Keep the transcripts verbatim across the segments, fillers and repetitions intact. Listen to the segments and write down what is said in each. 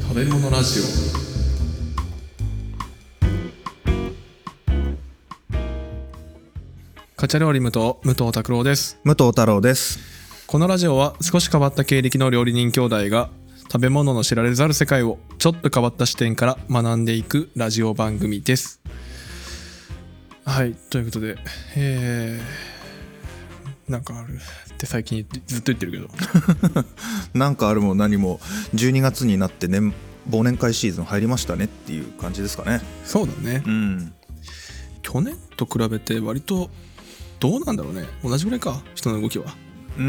食べ物ラジオ。カチャ料理無糖、武藤拓郎です。 武藤太郎です。 このラジオは少し変わった経歴の料理人兄弟が食べ物の知られざる世界をちょっと変わった視点から学んでいくラジオ番組です。はい、ということで、えー、なんかあるって最近ずっと言ってるけどなんかあるも何もじゅうにがつになって年忘年会シーズン入りましたねっていう感じですかね。 そうだね、 うん、 去年と比べて割とどうなんだろうね。同じぐらいか、人の動きは。 うん、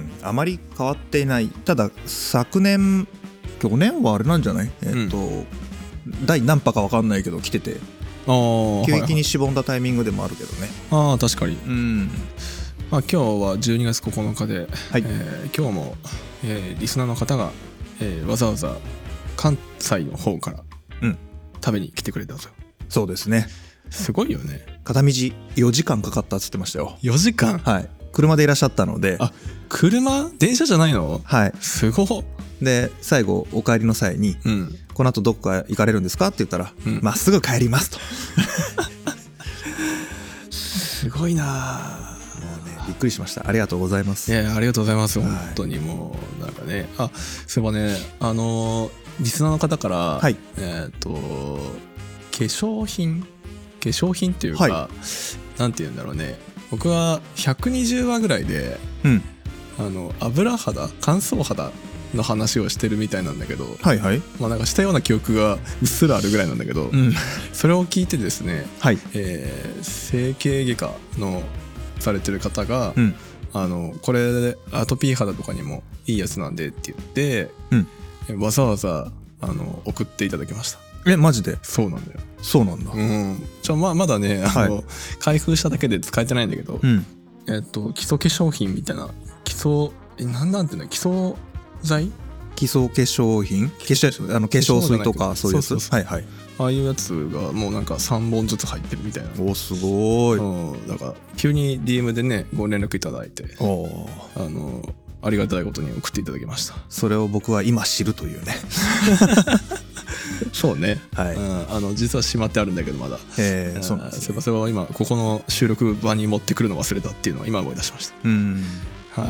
あまり変わっていない。ただ昨年去年はあれなんじゃない、えっと、うん、第何波か分かんないけど来てて、あ急激にしぼんだタイミングでもあるけどね。 ああ確かに、 うんまあ、今日はじゅうにがつここのかで、 はいえー、今日も、えー、リスナーの方が、えー、わざわざ関西の方から食べに来てくれたと、うん、 そうですね。 すごいよね。 片道よじかんかかったっつってましたよ。 よじかん。 はい、車でいらっしゃったので。 あ、車？電車じゃないの？ はい、 すごっ。 で最後お帰りの際に、うん、この後どこか行かれるんですかって言ったら、うん、まっすぐ帰りますとすごいな。 もうねびっくりしました。ありがとうございます。 いやありがとうございます、はい、本当にもうなんかね。あそういえばね、あのリスナーの方から、はい、えっと化粧品化粧品っていうか、はい、なんて言うんだろうね。僕はひゃくにじゅうわぐらいで、うん、あの油肌乾燥肌の話をしてるみたいなんだけど、 はいはい、 まあなんかしたような記憶がうっすらあるぐらいなんだけど、うん、それを聞いてですね、はい、えー、整形外科のされてる方が、うん、あのこれアトピー肌とかにもいいやつなんでって言って、うん、わざわざあの送っていただきました。 えマジで？ そうなんだよ。 そうなんだ。 うん。じゃあまあまだね、あの、はい、開封しただけで使えてないんだけど、うん、えっと基礎化粧品みたいな基礎なんなんていうの基礎剤？ 基礎化粧品？化粧あの化粧水とかそういうやつ？そうそうそう、はいはい。 ああいうやつがもうなんかさんぼんずつ入ってるみたいな。 おすごい。 うん。だから急に ディーエム でねご連絡いただいて、おあのありがたいことに送っていただきました。 それを僕は今知るというね。 そうね、 はい、 うん、あの実はしまってあるんだけどまだ、 えー、そうなんですね。 そういえばそれは今ここの収録場に持ってくるの忘れたっていうのを今思い出しました。うん、はい、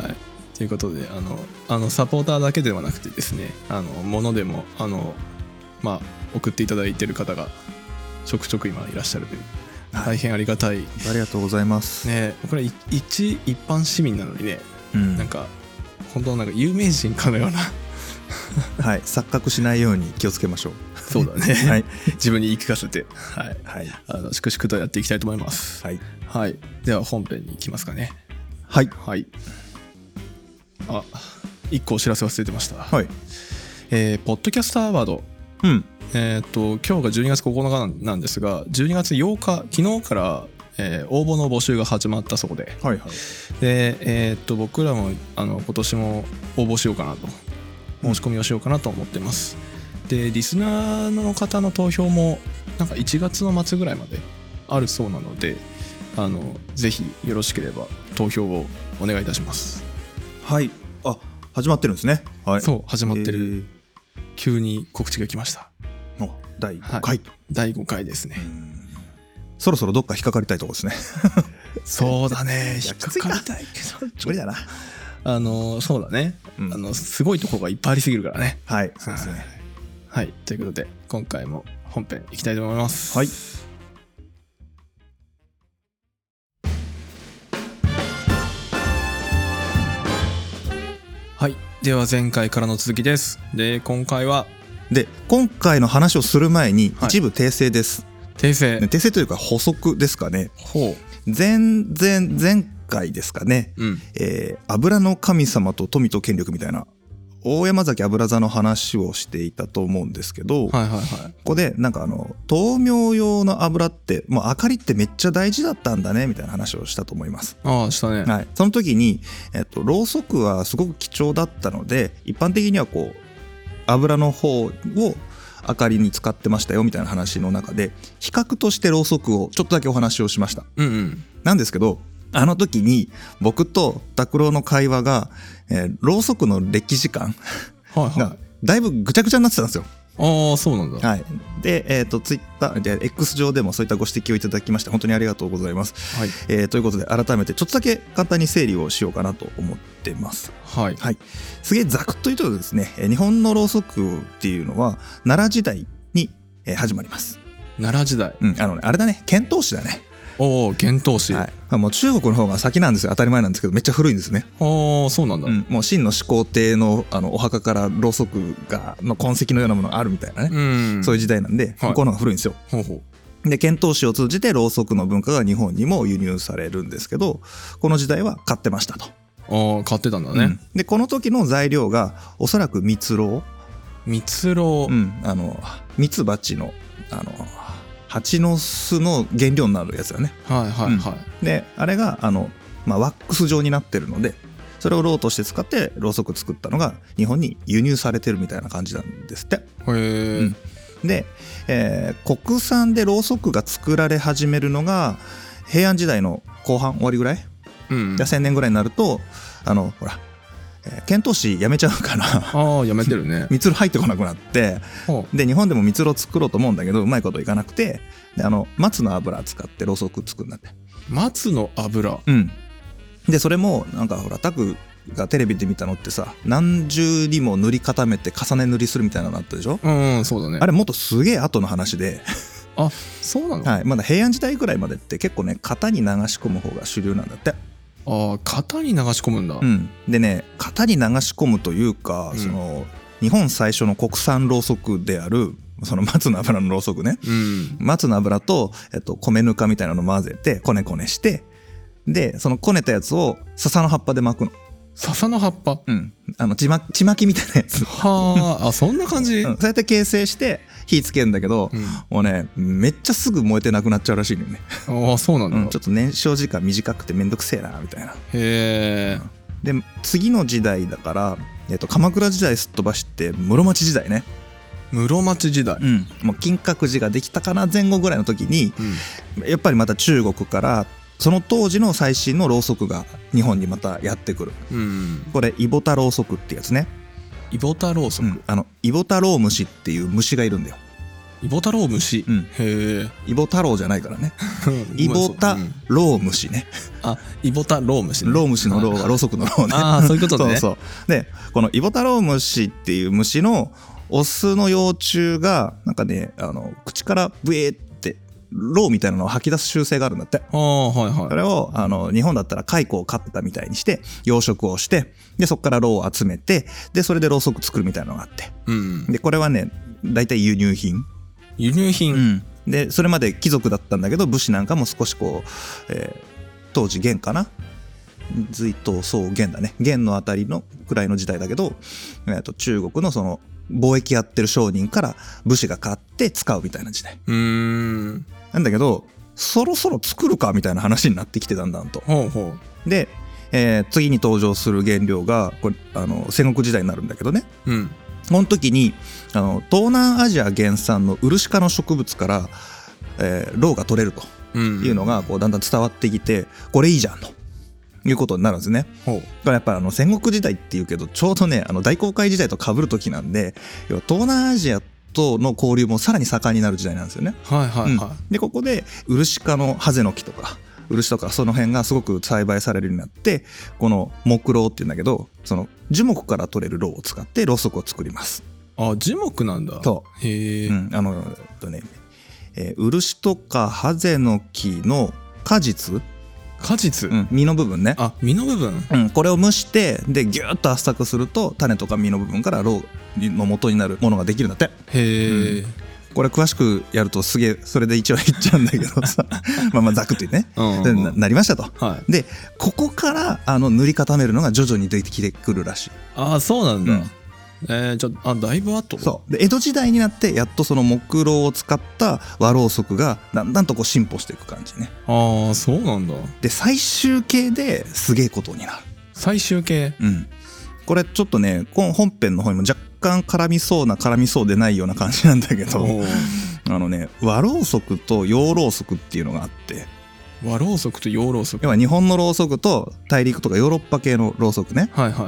ということであのあのサポーターだけではなくてですね、あの物でもあの、まあ、送っていただいている方がちょくちょく今いらっしゃるという、はい、大変ありがたい。 ありがとうございます、 ね、これ一一般市民なのにね、うん、なんか本当なんか有名人かのようなはい、錯覚しないように気をつけましょう。 そうだね、はい、自分に言い聞かせて、はいはい、あの粛々とやっていきたいと思います。はい、はい、では本編に行きますかね。 はい、 はい、あいっこお知らせ忘れてました。 はい、 えー、ポッドキャストアワード、うん、えー、っと今日がじゅうにがつここのかなんですが、じゅうにがつようか昨日から、えー、応募の募集が始まったそうで、はいはい、で、えー、っと僕らもあの今年も応募しようかなと、申し込みをしようかなと思ってます。でリスナーの方の投票もなんかいちがつの末ぐらいまであるそうなので、あのぜひよろしければ投票をお願いいたします。 はい、あ始まってるんですね。はい、 そう始まってる、えー、急に告知が来ました。 おだいごかい、はい、 だいごかいですね。 そろそろどっか引っかかりたいところですね。 そうだね、引っかかりたいけど無理だな。 あのそうだね、うん、あのすごいところがいっぱいありすぎるからね。 はいそうですね。 はい、ということで今回も本編いきたいと思います。 はい、 はい、では前回からの続きです。で今回はで今回の話をする前に一部訂正です、はい、 訂正訂正というか補足ですかね。ほう前前前回ですかね、うんえー、油の神様と富と権力みたいな大山崎油座の話をしていたと思うんですけど、はいはいはい、ここでなんかあの灯明用の油ってもう明かりってめっちゃ大事だったんだねみたいな話をしたと思います。 ああしたね、 はい、その時に、えっと、ろうそくはすごく貴重だったので一般的にはこう油の方を明かりに使ってましたよみたいな話の中で比較としてろうそくをちょっとだけお話をしました、うんうん、なんですけどあの時に僕と拓郎の会話が、えー、ろうそくの歴史観がだいぶぐちゃぐちゃになってたんですよ。 ああ、そうなんだ。 はい。で、えっ、ー、と、ツイッターで X 上でもそういったご指摘をいただきまして、本当にありがとうございます。はい。えー、ということで、改めてちょっとだけ簡単に整理をしようかなと思ってます。 はい。 はい。すげえざくっと言うとですね、日本のろうそくっていうのは、奈良時代に始まります。 奈良時代。 うん。あのね、あれだね、遣唐使だね。 おお、遣唐使。 はい。もう中国の方が先なんですよ。当たり前なんですけど、めっちゃ古いんですね。 ああ、そうなんだ。うん、 もう秦の始皇帝のあのお墓からろうそくがの痕跡のようなものがあるみたいなね。うん、そういう時代なんで、はい、こういうのが古いんですよ。ほうほう。で、遣唐使を通じてろうそくの文化が日本にも輸入されるんですけど、この時代は買ってましたと。 ああ、買ってたんだね。うん、 で、この時の材料がおそらく蜜蝋。 蜜蝋。 うん、あの蜜蜂のあの。蜂の巣の原料になるやつだね。 はいはいはい。 うん、であれがあの、まあ、ワックス状になってるので、それをろうとして使ってろうそく作ったのが日本に輸入されてるみたいな感じなんですって。へえ、うん、 で、えー、国産でろうそくが作られ始めるのが平安時代の後半終わりぐらい、うん、じゃせんねんぐらいになるとあのほら遣唐使やめちゃうからああやめてるね蜜蝋入ってこなくなってで日本でも蜜蝋作ろうと思うんだけどうまいこといかなくてであの松の油使ってろうそく作るんだって。 松の油。 うんでそれもなんかほらタクがテレビで見たのってさ何重にも塗り固めて重ね塗りするみたいなのあったでしょ。 うん、うん、そうだね。 あれもっとすげえ後の話であそうなの。 はいまだ平安時代ぐらいまでって結構ね型に流し込む方が主流なんだって。 ああ型に流し込むんだ。 うん、でね型に流し込むというか、うん、その日本最初の国産ろうそくであるその松の油のろうそくね、うん、松の油と、えっと、米ぬかみたいなの混ぜてこねこねしてでそのこねたやつを笹の葉っぱで巻くの。 笹の葉っぱ。 うんあのちまちまきみたいなやつ。 はああそんな感じ、 うん、そうやって形成して火つけるんだけど、うん、もうねめっちゃすぐ燃えてなくなっちゃうらしいのよね。 ああそうなんだ、うん、 ちょっと燃焼時間短くてめんどくせえなみたいな。 へえ、 うん、で次の時代だから、えっと、鎌倉時代すっ飛ばして室町時代ね。 室町時代、 うん、もう金閣寺ができたかな前後ぐらいの時に、うん、やっぱりまた中国からその当時の最新のろうそくが日本にまたやってくる、うん、これイボタろうそくってやつね。 イボタろうそく、うん、 あのイボタロウムシっていう虫がいるんだよ。 イボタロウムシ、うん、へえイボタロウじゃないからねイボタロウムシねあイボタロウムシ、ね、 ロウムシのロウはろうそくのロウねああそういうことねそうそうでこのイボタロウムシっていう虫のオスの幼虫がなんかねあの口からブエーってロウみたいなのを吐き出す習性があるんだって。 ああはいはい。 それをあの日本だったら蚕を飼ってたみたいにして養殖をしてでそこからロウを集めてでそれでろうそく作るみたいなのがあって、うん、でこれはねだいたい輸入品。 輸入品、 うん、でそれまで貴族だったんだけど武士なんかも少しこう、えー、当時元かな隋唐宋元だね元のあたりのくらいの時代だけど、えー、と中国のその貿易やってる商人から武士が買って使うみたいな時代。うーんなんだけどそろそろ作るかみたいな話になってきてだんだんと。ほうほうで、えー、次に登場する原料がこれあの戦国時代になるんだけどね、うん、この時にあの東南アジア原産のウルシ科の植物から、えー、ロウが取れるというのがこうだんだん伝わってきてこれいいじゃんということになるんですね。これやっぱあの戦国時代っていうけどちょうどねあの大航海時代と被る時なんで要は東南アジアとの交流もさらに盛んになる時代なんですよね。 はいはいはい、 うん、でここでウルシ科のハゼの木とか漆とかその辺がすごく栽培されるようになってこの木蝋っていうんだけどその樹木から取れる蝋を使ってろうそくを作ります。 あ樹木なんだ。 そうへえ、うん、あのえっとね、えー、漆とかハゼの木の果実果実、 うん、実の部分ね。 あ実の部分、 うん、これを蒸してでギューッと圧搾すると種とか実の部分からろうの元になるものができるんだって。 へえ、うん、 これ詳しくやるとすげえそれで一応言っちゃうんだけどさまあまあざくってねうんうん、うん、な, なりましたと、はい、でここからあの塗り固めるのが徐々に出てきてくるらしい。 ああそうなんだ、うんえー、じゃあだいぶ後。 そうで江戸時代になってやっとその木蝋を使った和ろうそくがだんだんとこう進歩していく感じね。 ああそうなんだ。 で最終形ですげえことになる。 最終形、 うん、これちょっとねこの本編の方にも若干絡みそうな絡みそうでないような感じなんだけどあのね和ろうそくと洋ろうそくっていうのがあって。 和ろうそくと洋ろうそく、 要は日本のろうそくと大陸とかヨーロッパ系のろうそくね。 はいはい。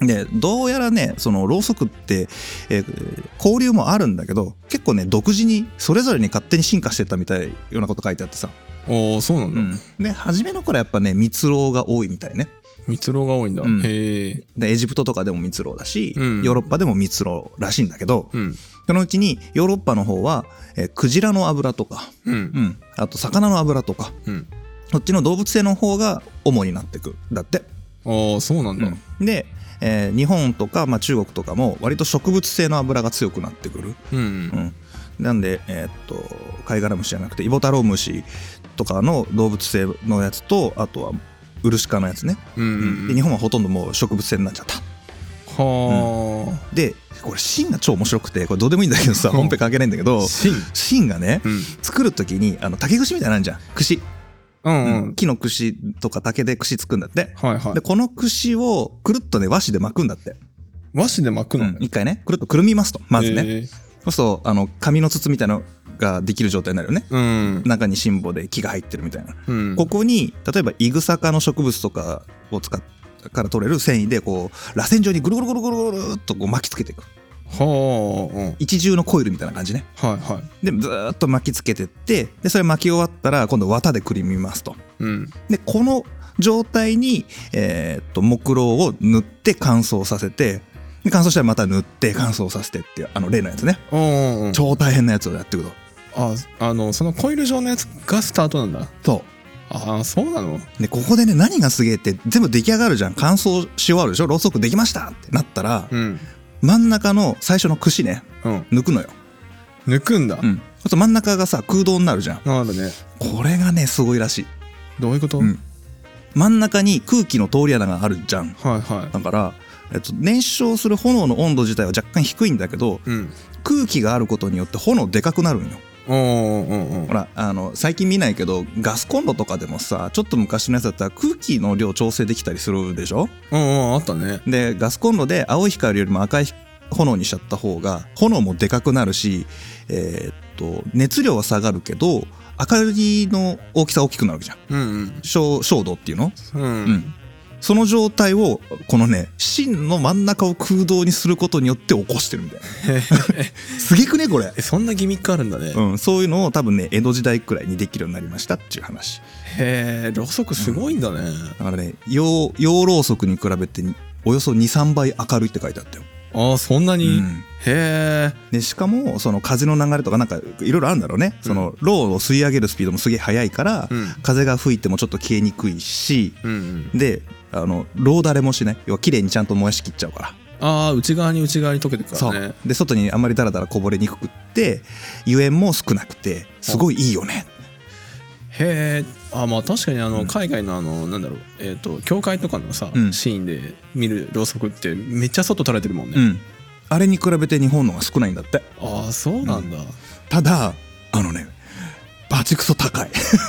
でどうやらねそのろうそくって、えー、交流もあるんだけど結構ね独自にそれぞれに勝手に進化してったみたいようなこと書いてあってさ。 ああそうなんだ、うん、 で初めの頃やっぱね蜜ろうが多いみたいね。 蜜ろうが多いんだ、うん、へえ。 でエジプトとかでも蜜ろうだし、うん、ヨーロッパでも蜜ろうらしいんだけど、 うん、 そのうちにヨーロッパの方は、えー、クジラの油とか、 うんうん、 あと魚の油とか、 うん、 こっちの動物性の方が主になってくだって。 ああそうなんだ、 うん、でえー、日本とか、まあ、中国とかも割と植物性の油が強くなってくる、 うんうんうん、なんで、えー、っと貝殻虫じゃなくてイボタロウムシとかの動物性のやつとあとはウルシカのやつね、 うんうんうん、 で日本はほとんどもう植物性になっちゃった。 はあ、 うん、でこれ芯が超面白くてこれどうでもいいんだけどさ本編関係ないんだけど芯芯がね、 うん、 作る時にあの竹串みたいなのあるじゃん串。 うんうんうん、木の串とか竹で串つくんだって、 はいはい、 でこの串をくるっとね和紙で巻くんだって。 和紙で巻くの、 うん、一回ねくるっとくるみますとまずね、 えー、 そうするとあの紙の筒みたいなのができる状態になるよね、 うん、 中に芯棒で木が入ってるみたいな、 うん、 ここに例えばイグサ科の植物とかを使ってから取れる繊維でこう螺旋状にぐるぐるぐるぐるぐるっとこう巻きつけていく。 はあ、うん、 一重のコイルみたいな感じね。 はいはい。 でずーっと巻きつけてってでそれ巻き終わったら今度綿でくりみますと、 うん、 でこの状態に、えー、っと木ろうを塗って乾燥させてで乾燥したらまた塗って乾燥させてっていうあの例のやつね、 うんうん、 超大変なやつをやっていくと。 ああのそのコイル状のやつがスタートなんだ。 そうああそうなの。 でここでね何がすげえって全部出来上がるじゃん。乾燥し終わるでしょ。ろうそくできましたってなったら、 うん、 真ん中の最初の串ね、うん、抜くのよ。 抜くんだ。 うん。そうすると真ん中がさ空洞になるじゃん。 なるね。 これがねすごいらしい。 どういうこと？ うん、真ん中に空気の通り穴があるじゃん。 はいはい。 だから、えっと、燃焼する炎の温度自体は若干低いんだけど、 うん、 空気があることによって炎でかくなるんよ。 おーおーおーほらあの最近見ないけどガスコンロとかでもさちょっと昔のやつだったら空気の量調整できたりするでしょ。 うんうんあったね。 でガスコンロで青い光よりも赤い炎にしちゃった方が炎もでかくなるし、えー、っと熱量は下がるけど明るいの大きさ大きくなるわけじゃん、 うんうん、 照度っていうの、 うんうん、その状態をこのね芯の真ん中を空洞にすることによって起こしてるみたいなすげくねこれ。 そんなギミックあるんだね、 うん、そういうのを多分ね江戸時代くらいにできるようになりましたっていう話。 へえろうそくすごいんだね、うん、 だからね洋ろうそくに比べておよそ にさんばい明るいって書いてあったよ。 ああそんなに、うん、 へえ。でしかもその風の流れとかなんかいろいろあるんだろうね、うん、そのろうを吸い上げるスピードもすげえ速いから、うん、風が吹いてもちょっと消えにくいし、 うんうん、 であのろうだれもしない要は綺麗にちゃんと燃やしきっちゃうから。 ああ内側に内側に溶けてくからね。 そうで外にあんまりダラダラこぼれにくくって油煙も少なくてすごいいいよね。 へえ。あまあ確かにあの海外のあのなんだろうえっと教会とかのさ、うん、シーンで見るろうそくってめっちゃ外垂れてるもんね、 うん、あれに比べて日本のが少ないんだって。 ああそうなんだ、うん、 ただあのねバチクソ高い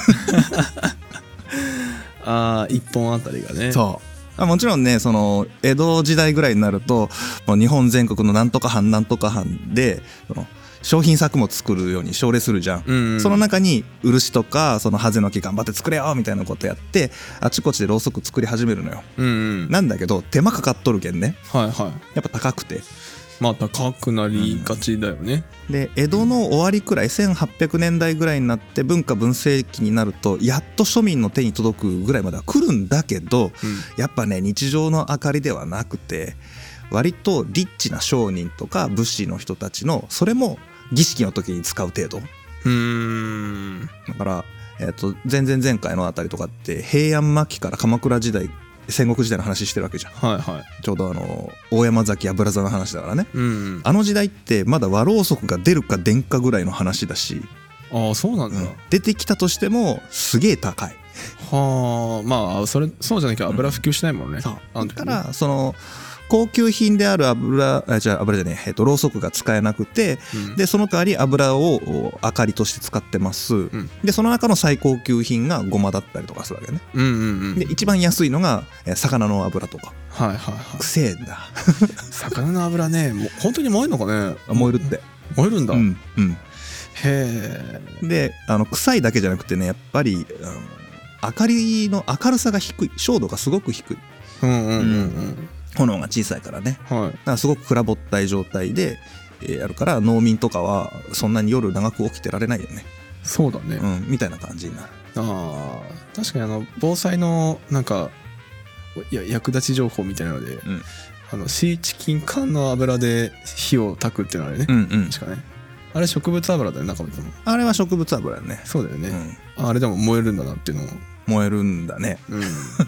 ああいっぽんあたりがね。 そうもちろんねその江戸時代ぐらいになるともう日本全国のなんとか藩なんとか藩でその商品作物作るように奨励するじゃん、うんうん、その中に漆とかそのハゼの木頑張って作れよみたいなことやってあちこちでろうそく作り始めるのよ、 うんうん、 なんだけど手間かかっとるけんね、 はいはい、 やっぱ高くてまあ高くなりがちだよね、 うん、で江戸の終わりくらいせんはっぴゃくねんだいぐらいになって文化文政期になるとやっと庶民の手に届くぐらいまでは来るんだけど、うん、やっぱね日常の明かりではなくて割とリッチな商人とか武士の人たちのそれも儀式の時に使う程度。 うーんだから、えー、と前々前回のあたりとかって平安末期から鎌倉時代戦国時代の話してるわけじゃん、 はいはい、 ちょうどあの大山崎油座の話だからね、 うんうん、 あの時代ってまだ和ろうそくが出るか出んかぐらいの話だし。 ああそうなんだ、 うん、出てきたとしてもすげえ高い。 はあまあそれそうじゃなきゃ油普及しないもんね、うん、 そうだからその高級品である油あじゃあ油じゃねえ、えっと、ろうそくが使えなくて、うん、でその代わり油を明かりとして使ってます、うん、でその中の最高級品がごまだったりとかするわけね、 うんうんうん、 で一番安いのが魚の油とか。 はいはいはいくせえんだ魚の油ねもう本当に燃えるのかね。 燃えるって燃えるんだ、 うんうん、 へえ。 であの臭いだけじゃなくてねやっぱりあの明かりの明るさが低い照度がすごく低い。 うんうんうんうん炎が小さいからね、 はい、 だからすごく暗ぼったい状態でやるから農民とかはそんなに夜長く起きてられないよね。 そうだね、 うん、みたいな感じになる。 あ確かにあの防災のなんかや役立ち情報みたいなので、うん、あのシーチキン缶の油で火を焚くっていうのはね、うんうん、確かねあれ植物油だよね、中身もあれは植物油だね。 そうだよね、うん、あれでも燃えるんだなっていうのを。 燃えるんだね、 うん、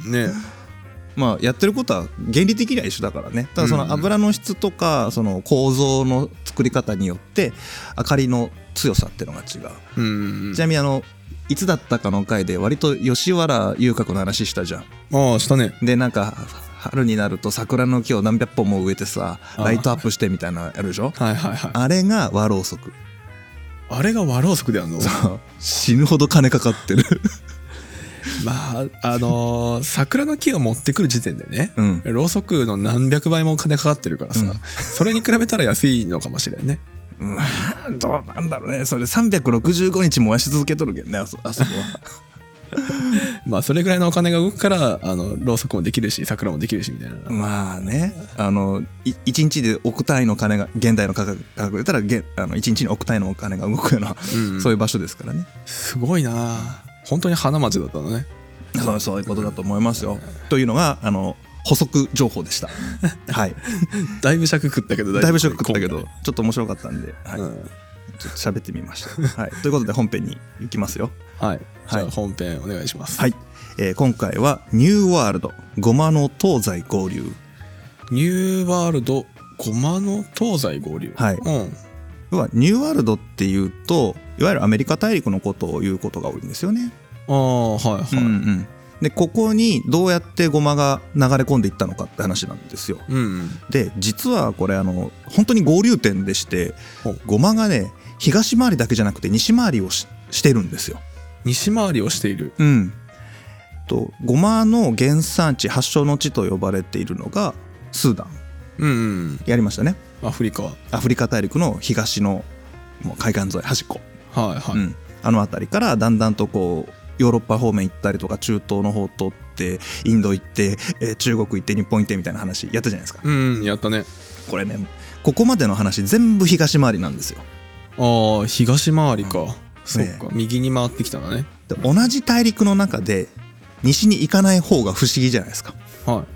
ねまあやってることは原理的には一緒だからね。ただその油の質とかその構造の作り方によって明かりの強さっていうのが違う、うんうんうん、ちなみにあのいつだったかの回で割と吉原遊郭の話したじゃん。 ああしたね。 でなんか春になると桜の木を何百本も植えてさライトアップしてみたいなのやるでしょ。 はいはいはい。 あれが和ろうそく。 あれが和ろうそくであんの？ そう死ぬほど金かかってるまああのー、桜の木を持ってくる時点でね、うん、ろうそくの何百倍も金かかってるからさ、うん、それに比べたら安いのかもしれんね。 うん、どうなんだろうね。それさんびゃくろくじゅうごにち燃やし続けとるけどね、あそこはまあそれぐらいのお金が動くからあのろうそくもできるし桜もできるしみたいな。 まあね、あのいちにちで億単位の金が現代の価格で言ったらあのいちにちに億単位のお金が動くような、うんうん、そういう場所ですからね。 すごいな、本当に花街だったのね。 そうそういうことだと思いますよ。というのがあの補足情報でしたはいだいぶ尺食ったけどだいぶ尺食ったけどちょっと面白かったんで、はい、うん、ちょっと喋ってみました、はい、ということで本編に行きますよ。 はい、じゃあ本編お願いします。 はい、えー、今回はニューワールドゴマの東西合流。 ニューワールドゴマの東西合流、 はい、うん、要はニューワールドっていうといわゆるアメリカ大陸のことを言うことが多いんですよね。 ああはいはい、うんうん、 でここにどうやってゴマが流れ込んでいったのかって話なんですよ、うんうん、で実はこれあの本当に合流点でしてゴマがね東回りだけじゃなくて西回りを し, してるんですよ。 西回りをしている、 うん、とゴマの原産地発祥の地と呼ばれているのがスーダン、うんうん、やりましたね。 アフリカアフリカ大陸の東のもう海岸沿い端っこ、 はいはい、うん、 あの辺りからだんだんとこうヨーロッパ方面行ったりとか中東の方通ってインド行って、えー、中国行って日本行ってみたいな話やったじゃないですか。 うんやったね。これねここまでの話全部東回りなんですよ。 ああ東回りか、うん、そうか、ね、右に回ってきたのね。 で同じ大陸の中で西に行かない方が不思議じゃないですか。 はい、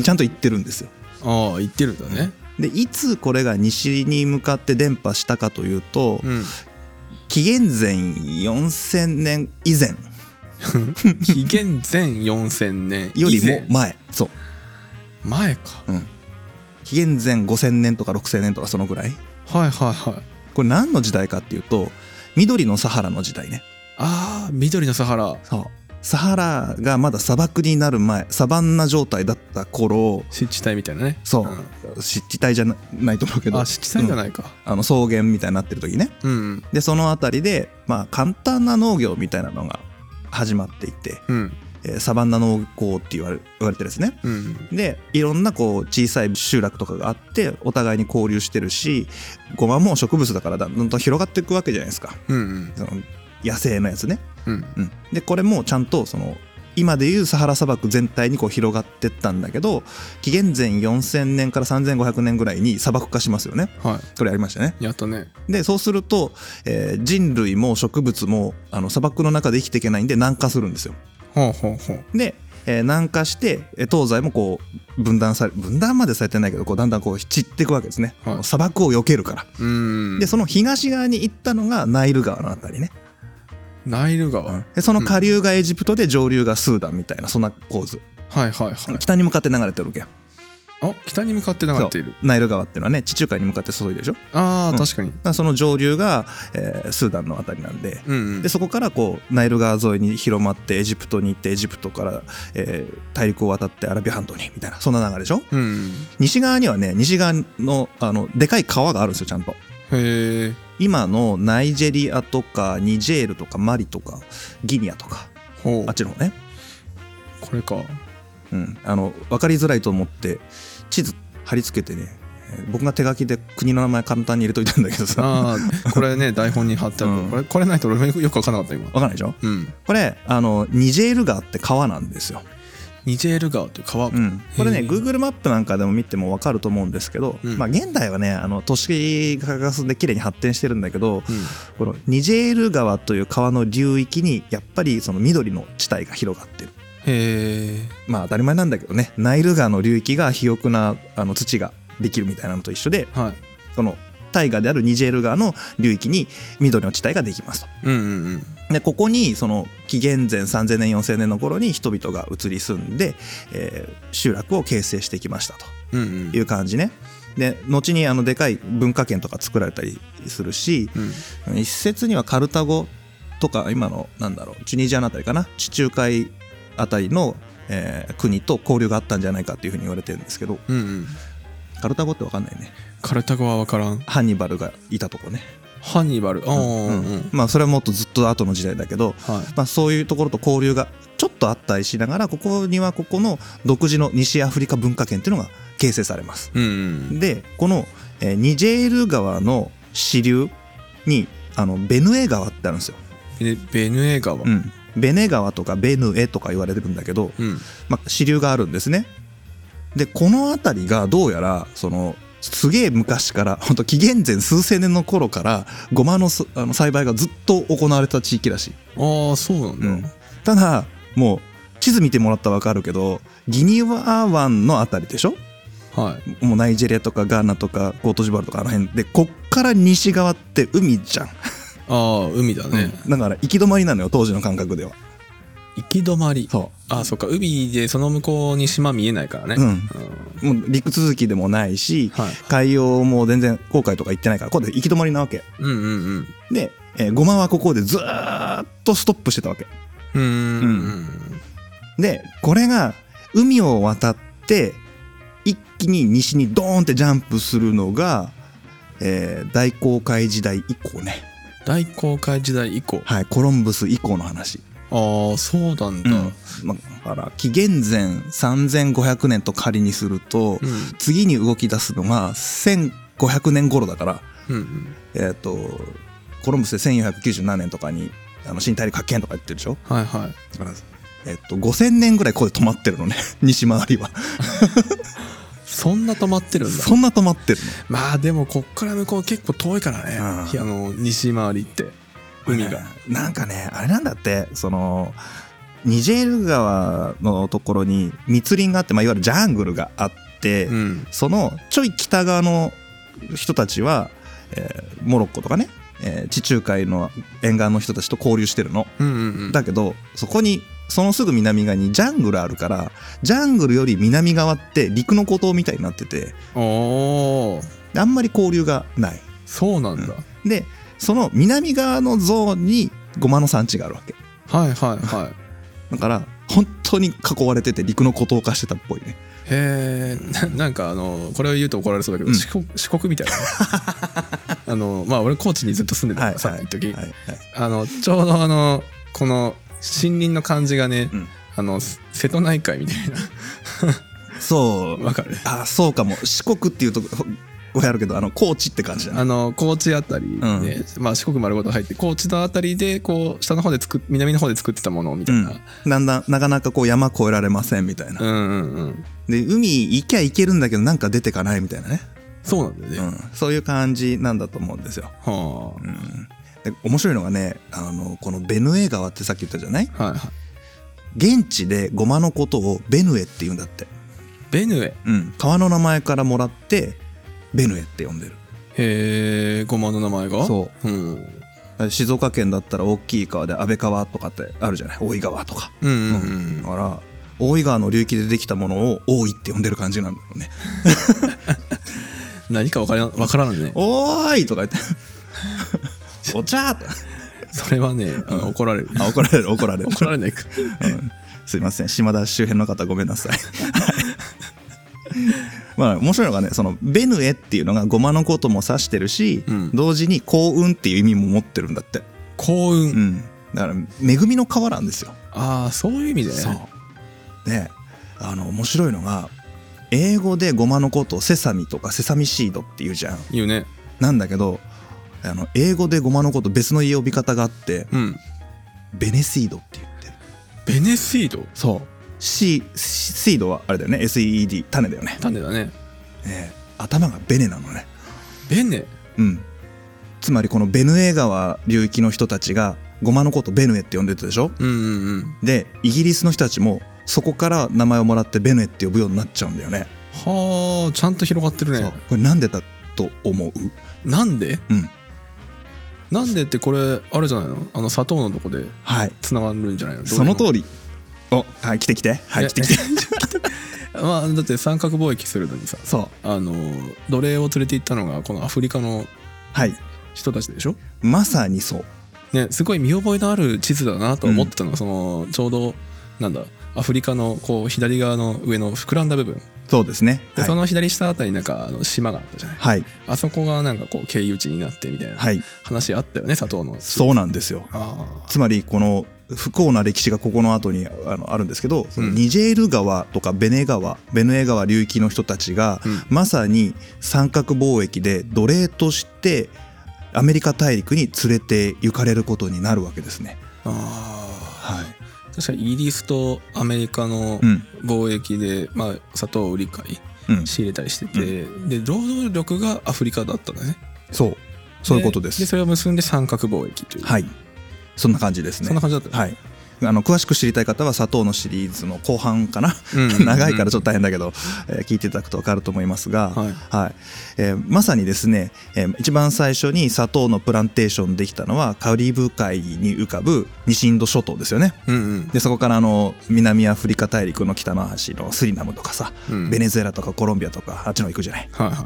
ちゃんと行ってるんですよ。 ああ行ってるんだね。 でいつこれが西に向かって伝播したかというと、うん、紀元前よんせんねん以前紀元前よんせんねんよりも前。そう前か、 うん、紀元前ごせんねんとかろくせんねんとかそのぐらい。 はいはいはい。 これ何の時代かっていうと緑のサハラの時代ね。 ああ緑のサハラ。 そうサハラがまだ砂漠になる前サバンナ状態だった頃。 湿地帯みたいなね。 そう、うん、湿地帯じゃないと思うけど。 あ湿地帯じゃないか、 うん、あの草原みたいになってる時ね、うんうん、でその辺りでまあ簡単な農業みたいなのが始まっていて、うんえー、サバンナ農耕って言われ言われてるんですね、うん、でいろんなこう小さい集落とかがあってお互いに交流してるしゴマも植物だからだんだんと広がっていくわけじゃないですか、うんうん、その野生のやつね、うんうん、でこれもちゃんとその今でいうサハラ砂漠全体にこう広がってったんだけど紀元前よんせんねんからさんぜんごひゃくねんぐらいに砂漠化しますよね、はい、これありましたね。 やったね。 でそうすると、えー、人類も植物もあの砂漠の中で生きていけないんで南下するんですよ。 ほうほうほう。 で、えー、南下して東西もこう分断され分断までされてないけどこうだんだんこう散っていくわけですね、はい、砂漠を避けるから。うんでその東側に行ったのがナイル川のあたりね。 ナイル川、 うん、でその下流がエジプトで上流がスーダンみたいなそんな構図、 はいはいはい、 北に向かって流れてるわけや。 あ北に向かって流れている。 ナイル川っていうのはね地中海に向かって注いでるでしょ。 あー、うん、確かに。 だからその上流が、えー、スーダンのあたりなんで、うんうん、でそこからこうナイル川沿いに広まってエジプトに行ってエジプトから、えー、大陸を渡ってアラビア半島にみたいなそんな流れでしょ、うんうん、西側にはね西側 の, あのでかい川があるんですよちゃんと。 へー。 今のナイジェリアとかニジェールとかマリとかギニアとかあっちの方ね。 これか。 うん、あの分かりづらいと思って地図貼り付けてね僕が手書きで国の名前簡単に入れといたんだけどさあこれね台本に貼ってある、うん、これこれないと俺もよく分からなかった今。 分かんないでしょ、うん、これあのニジェール川って川なんですよ。 ニジェール川という川、 うん、これね Google マップなんかでも見ても分かると思うんですけど、うん、まあ現代はねあの都市化が進んで綺麗に発展してるんだけど、うん、このニジェール川という川の流域にやっぱりその緑の地帯が広がってる。 へえ。 まあ当たり前なんだけどね、ナイル川の流域が肥沃なあの土ができるみたいなのと一緒で、はい、この大河であるニジェール川の流域に緑の地帯ができますと。うんうんうん、でここにその紀元前さんぜんねんよんせんねんの頃に人々が移り住んで、えー、集落を形成してきましたという感じね。で後にあのでかい文化圏とか作られたりするし、うん、一説にはカルタゴとか今のなんだろうチュニジアのあたりかな、地中海あたりの、えー、国と交流があったんじゃないかっていうふうに言われてるんですけど、うんうん、カルタゴって分かんないね。 カルタゴは分からん。 ハンニバルがいたとこね。 ハンニバル、うんうん、 まあそれはもっとずっと後の時代だけど、はい、まあ、そういうところと交流がちょっとあったりしながら、ここにはここの独自の西アフリカ文化圏っていうのが形成されます、うんうん、でこの、えー、ニジェール川の支流にあのベヌエ川ってあるんですよ。 ベ, ベヌエ川、うん、 ベネ川とかベヌエとか言われてるんだけど、うん、まあ、支流があるんですね。でこの辺りがどうやらそのすげえ昔から本当紀元前数千年の頃からゴマ の, あの栽培がずっと行われた地域らしい。 ああそうなんだ、うん、 ただもう地図見てもらったら分かるけどギニア湾のあたりでしょ、はい、もうナイジェリアとかガーナとかコートジボワールとかあの辺で、こっから西側って海じゃん。ああ海だね、 うん、だから行き止まりなのよ当時の感覚では。 行き止まり。 そう。 ああそっか、海でその向こうに島見えないからね、うんうん、もう陸続きでもないし、はい、海洋も全然航海とか行ってないからここで行き止まりなわけ、うんうんうん、で、えー、ゴマはここでずーっとストップしてたわけ。うんうんうんでこれが海を渡って一気に西にドーンってジャンプするのが、えー、大航海時代以降ね。 大航海時代以降、 はい、コロンブス以降の話。 ああそうなんだ、うん、 まあ、だから紀元前さんぜんごひゃくねんと仮にすると、うん、次に動き出すのがせんごひゃくねん頃だから、うんうん、えー、とコロンブスでせんよんひゃくきゅうじゅうななねんとかにあの新大陸発見とか言ってるでしょ。 はいはい。 だから、えー、とごせんねんぐらいここで止まってるのね西回りはそんな止まってるんだ。 そんな止まってるの。 まあでもこっから向こう結構遠いからね、うん、あの西回りって海が、 なんかねあれなんだって、そのニジェール川のところに密林があって、まあ、いわゆるジャングルがあって、うん、そのちょい北側の人たちは、えー、モロッコとかね、えー、地中海の沿岸の人たちと交流してるの、うんうんうん、だけどそこにそのすぐ南側にジャングルあるから、ジャングルより南側って陸の孤島みたいになってて、おあんまり交流がない。 そうなんだ、 うん、でその南側のゾーンにゴマの産地があるわけ。 はいはいはいだから本当に囲われてて陸の孤島化してたっぽいね。 へえ、な, なんかあのこれを言うと怒られそうだけど、うん、四, 国四国みたいなあのまあ俺高知にずっと住んでたからさ、はいはい、一時、はいはい、あのちょうどあのこの森林の感じがね、うん、あの瀬戸内海みたいなそうわかる。 あそうかも。四国っていうとこれあるけど、あの高知って感じだね。 あの高知あたりで、うんまあ、四国丸ごと入って高知のあたりでこう下の方で作っ南の方で作ってたものみたいな、 うん、だんだんなかなかこう山越えられませんみたいな、うんうんうん、で海行きゃ行けるんだけどなんか出てかないみたいなね。 そうなんだよね、うん、 そういう感じなんだと思うんですよ。はあ、うん、で面白いのがね、あのこのベヌエ川ってさっき言ったじゃない、はいはい、現地でゴマのことをベヌエって言うんだって。 ベヌエ、 うん、川の名前からもらってベヌエって呼んでる。 へえ、ゴマの名前が。 そう、うん、静岡県だったら大きい川で安倍川とかってあるじゃない、大井川とか、うんうんうん、だから大井川の流域でできたものを大井って呼んでる感じなんだろうね何か分からん、分からんね。 おーいとか言ってお茶とそれはね、あの怒られる。 あ怒られる怒られる怒られないか、 うん、すいません島田周辺の方ごめんなさいまあ面白いのがね、そのベヌエっていうのがゴマのことも指してるし、うん、同時に幸運っていう意味も持ってるんだって。 幸運、うん、 だから恵みの川なんですよ。 ああそういう意味でね。 そうで、あの面白いのが英語でゴマのことをセサミとかセサミシードって言うじゃん。 言うね。 なんだけどあの英語でゴマのこと別の呼び方があって、うん、ベネシードって言ってる。 ベネシード。 そうシー、シードはあれだよね、 エスイーディー 種だよね。 種だね。 えー、頭がベネなのね。 ベネ。 うん。つまりこのベヌエ川流域の人たちがゴマのことベヌエって呼んでたでしょ。 うんうんうん。でイギリスの人たちもそこから名前をもらってベヌエって呼ぶようになっちゃうんだよね。 はあ、ちゃんと広がってるね。 これなんでだと思う？ なんで？ うん。 なんでってこれあれじゃないの？あの砂糖のとこでつながるんじゃないの？はい、 その通り。お、はい、来て来て。はい、来て来て。 まあだって三角貿易するのにさ、 そうあの奴隷を連れて行ったのがこのアフリカの人たちでしょ。 まさにそう。 ね、すごい見覚えのある地図だなと思ってたのが、うん、そのちょうどなんだアフリカのこう左側の上の膨らんだ部分。 そうですね。 で、はい、その左下あたりになんかあの島があったじゃない。はい。あそこがなんかこう経由地になってみたいな話あったよね、砂糖の。 そうなんですよ。つまりこの不幸な歴史がここの後にあのあるんですけど、そのニジェール川とかベネ川、ベヌエ川流域の人たちが、うん、まさに三角貿易で奴隷としてアメリカ大陸に連れて行かれることになるわけですね。 あ、はい。確かにイギリスとアメリカの貿易で、うん、まあ、砂糖を売り買い、うん、仕入れたりしてて、うん、で労働力がアフリカだったんだね。 そうそういうことです。 でそれを結んで三角貿易という。 はい、そんな感じですね。 そんな感じだった、ね。 はい。あの詳しく知りたい方は砂糖のシリーズの後半かな、うんうんうん、長いからちょっと大変だけど、えー、聞いていただくと分かると思いますが、はいはい、えー、まさにですね、えー、一番最初に砂糖のプランテーションできたのはカリブ海に浮かぶ西インド諸島ですよね、うんうん、でそこからあの南アフリカ大陸の北の端のスリナムとかさ、うん、ベネズエラとかコロンビアとかあっちの行くじゃない、はいはい、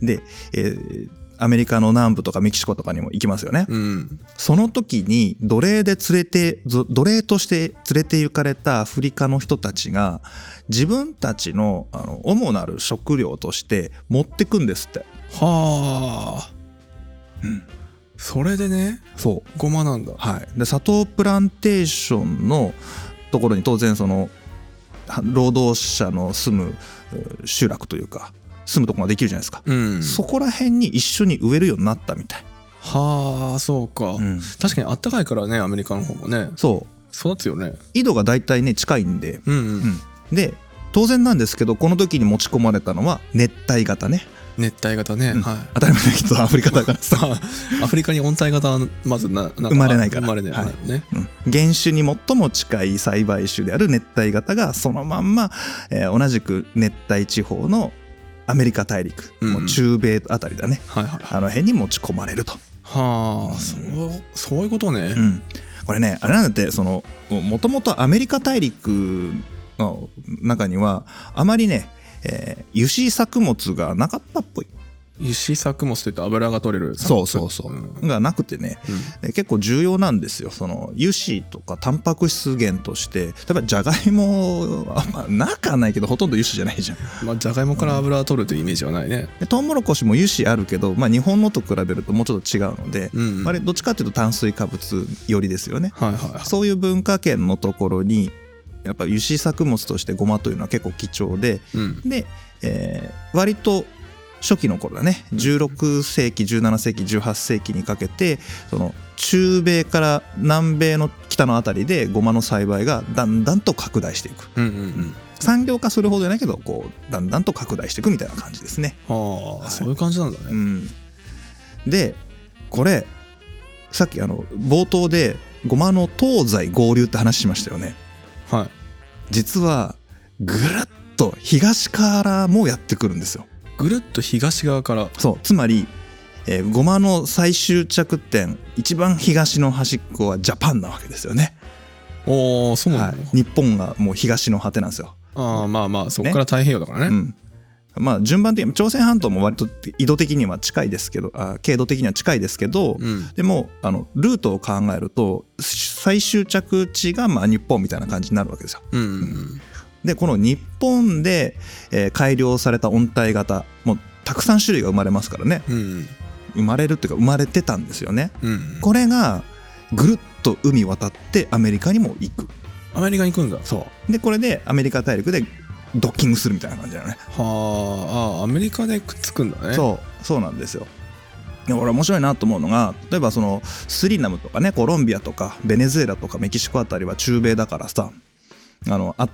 で、えーアメリカの南部とかメキシコとかにも行きますよね、うん、その時に奴隷で連れて奴隷として連れて行かれたアフリカの人たちが自分たちのあの主なる食料として持ってくんですって。 はあ、うん、それでね、そうゴマなんだ。 はい。で砂糖プランテーションのところに当然その労働者の住む集落というか住むとこができるじゃないですか、うん、そこら辺に一緒に植えるようになったみたい。 はあ、そうか、うん、確かにあったかいからね、アメリカの方もね。そう育つよね。 緯度がだいたいね近いんで、うんうんうん、で当然なんですけどこの時に持ち込まれたのは熱帯型ね。 熱帯型ね、うん、はい、 当たり前だけどアフリカだからさアフリカに温帯型はまずななんか生まれないから生まれないからね、 はい、うん、原種に最も近い栽培種である熱帯型がそのまんま、えー、同じく熱帯地方のアメリカ大陸、うん、もう中米あたりだね、はいはい、あの辺に持ち込まれると。 はあ、うん、そうそういうことね、 うん、これねあれなんだって、そのもともとアメリカ大陸の中にはあまりね、えー、油脂作物がなかったっぽい。 油脂作物といって油が取れる、 そうそうそう、うん、がなくてね、うん、結構重要なんですよ。その油脂とかタンパク質源として例えばじゃがいもあんまなくはないけどほとんど油脂じゃないじゃん。 まあじゃがいもから油を取るというイメージはないね、 うん、トウモロコシも油脂あるけど、まあ、日本のと比べるともうちょっと違うので、うんうん、あれどっちかっていうと炭水化物寄りですよね、はいはいはい、そういう文化圏のところにやっぱ油脂作物としてゴマというのは結構貴重で、うん、で、えー、割と初期の頃だね、じゅうろくせいきじゅうななせいきじゅうはっせいきにかけてその中米から南米の北のあたりでゴマの栽培がだんだんと拡大していく、うんうんうん、産業化するほどじゃないけどこうだんだんと拡大していくみたいな感じですね。 はあ、はい、そういう感じなんだね、うん、 でこれさっきあの冒頭でゴマの東西合流って話しましたよね。はい。実はぐるっと東からもやってくるんですよ。 ぐるっと東側から。 そう、つまり、えー、ゴマの最終着点一番東の端っこはジャパンなわけですよね。 おー、そうなんだ、はい、 日本がもう東の果てなんですよ。 ああ、まあまあそこから太平洋だからね、うん、 まあ順番的に朝鮮半島も割と緯度的には近いですけど、あ経度的には近いですけど、うん、でもあのルートを考えると最終着地がまあ日本みたいな感じになるわけですよ、うんうんうん、でこの日本で、えー、改良された温帯型もうたくさん種類が生まれますからね、うんうん、生まれるっていうか生まれてたんですよね、うんうん、これがぐるっと海渡ってアメリカにも行く。 アメリカに行くんだ。 そうでこれでアメリカ大陸でドッキングするみたいな感じだよね。 はあ、あアメリカでくっつくんだね。 そうそうなんですよ。で俺面白いなと思うのが、例えばそのスリナムとかねコロンビアとかベネズエラとかメキシコあたりは中米だからさ、あのあ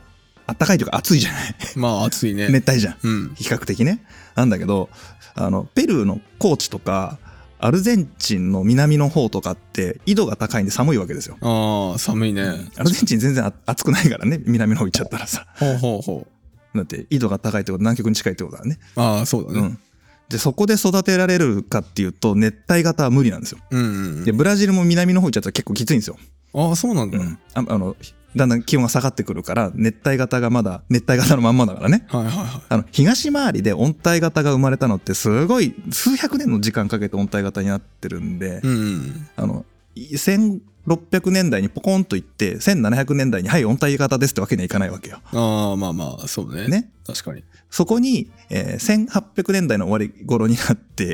あったかいというか暑いじゃないまあ暑いね。 熱帯じゃん、 うん、 比較的ね。なんだけどあのペルーの高地とかアルゼンチンの南の方とかって緯度が高いんで寒いわけですよ。 ああ寒いね。 アルゼンチン全然暑くないからね、南の方行っちゃったらさ。 ほうほうほう。だって緯度が高いってこと南極に近いってことだね。 ああそうだね、うん、 でそこで育てられるかっていうと熱帯型は無理なんですよ、 うんうんうん、 でブラジルも南の方行っちゃったら結構きついんですよ。 ああそうなんだ、 うん、ああのだんだん気温が下がってくるから熱帯型がまだ熱帯型のまんまだからね、 はいはいはい、 あの東回りで温帯型が生まれたのってすごい数百年の時間かけて温帯型になってるんで、 うんうん、 あのせんろっぴゃくねんだいにポコンといってせんななひゃくねんだいにはい温帯型ですってわけにはいかないわけよ。 ああまあまあそうね。ね確かに。 そこに、えー、せんはっぴゃくねんだいの終わり頃になって、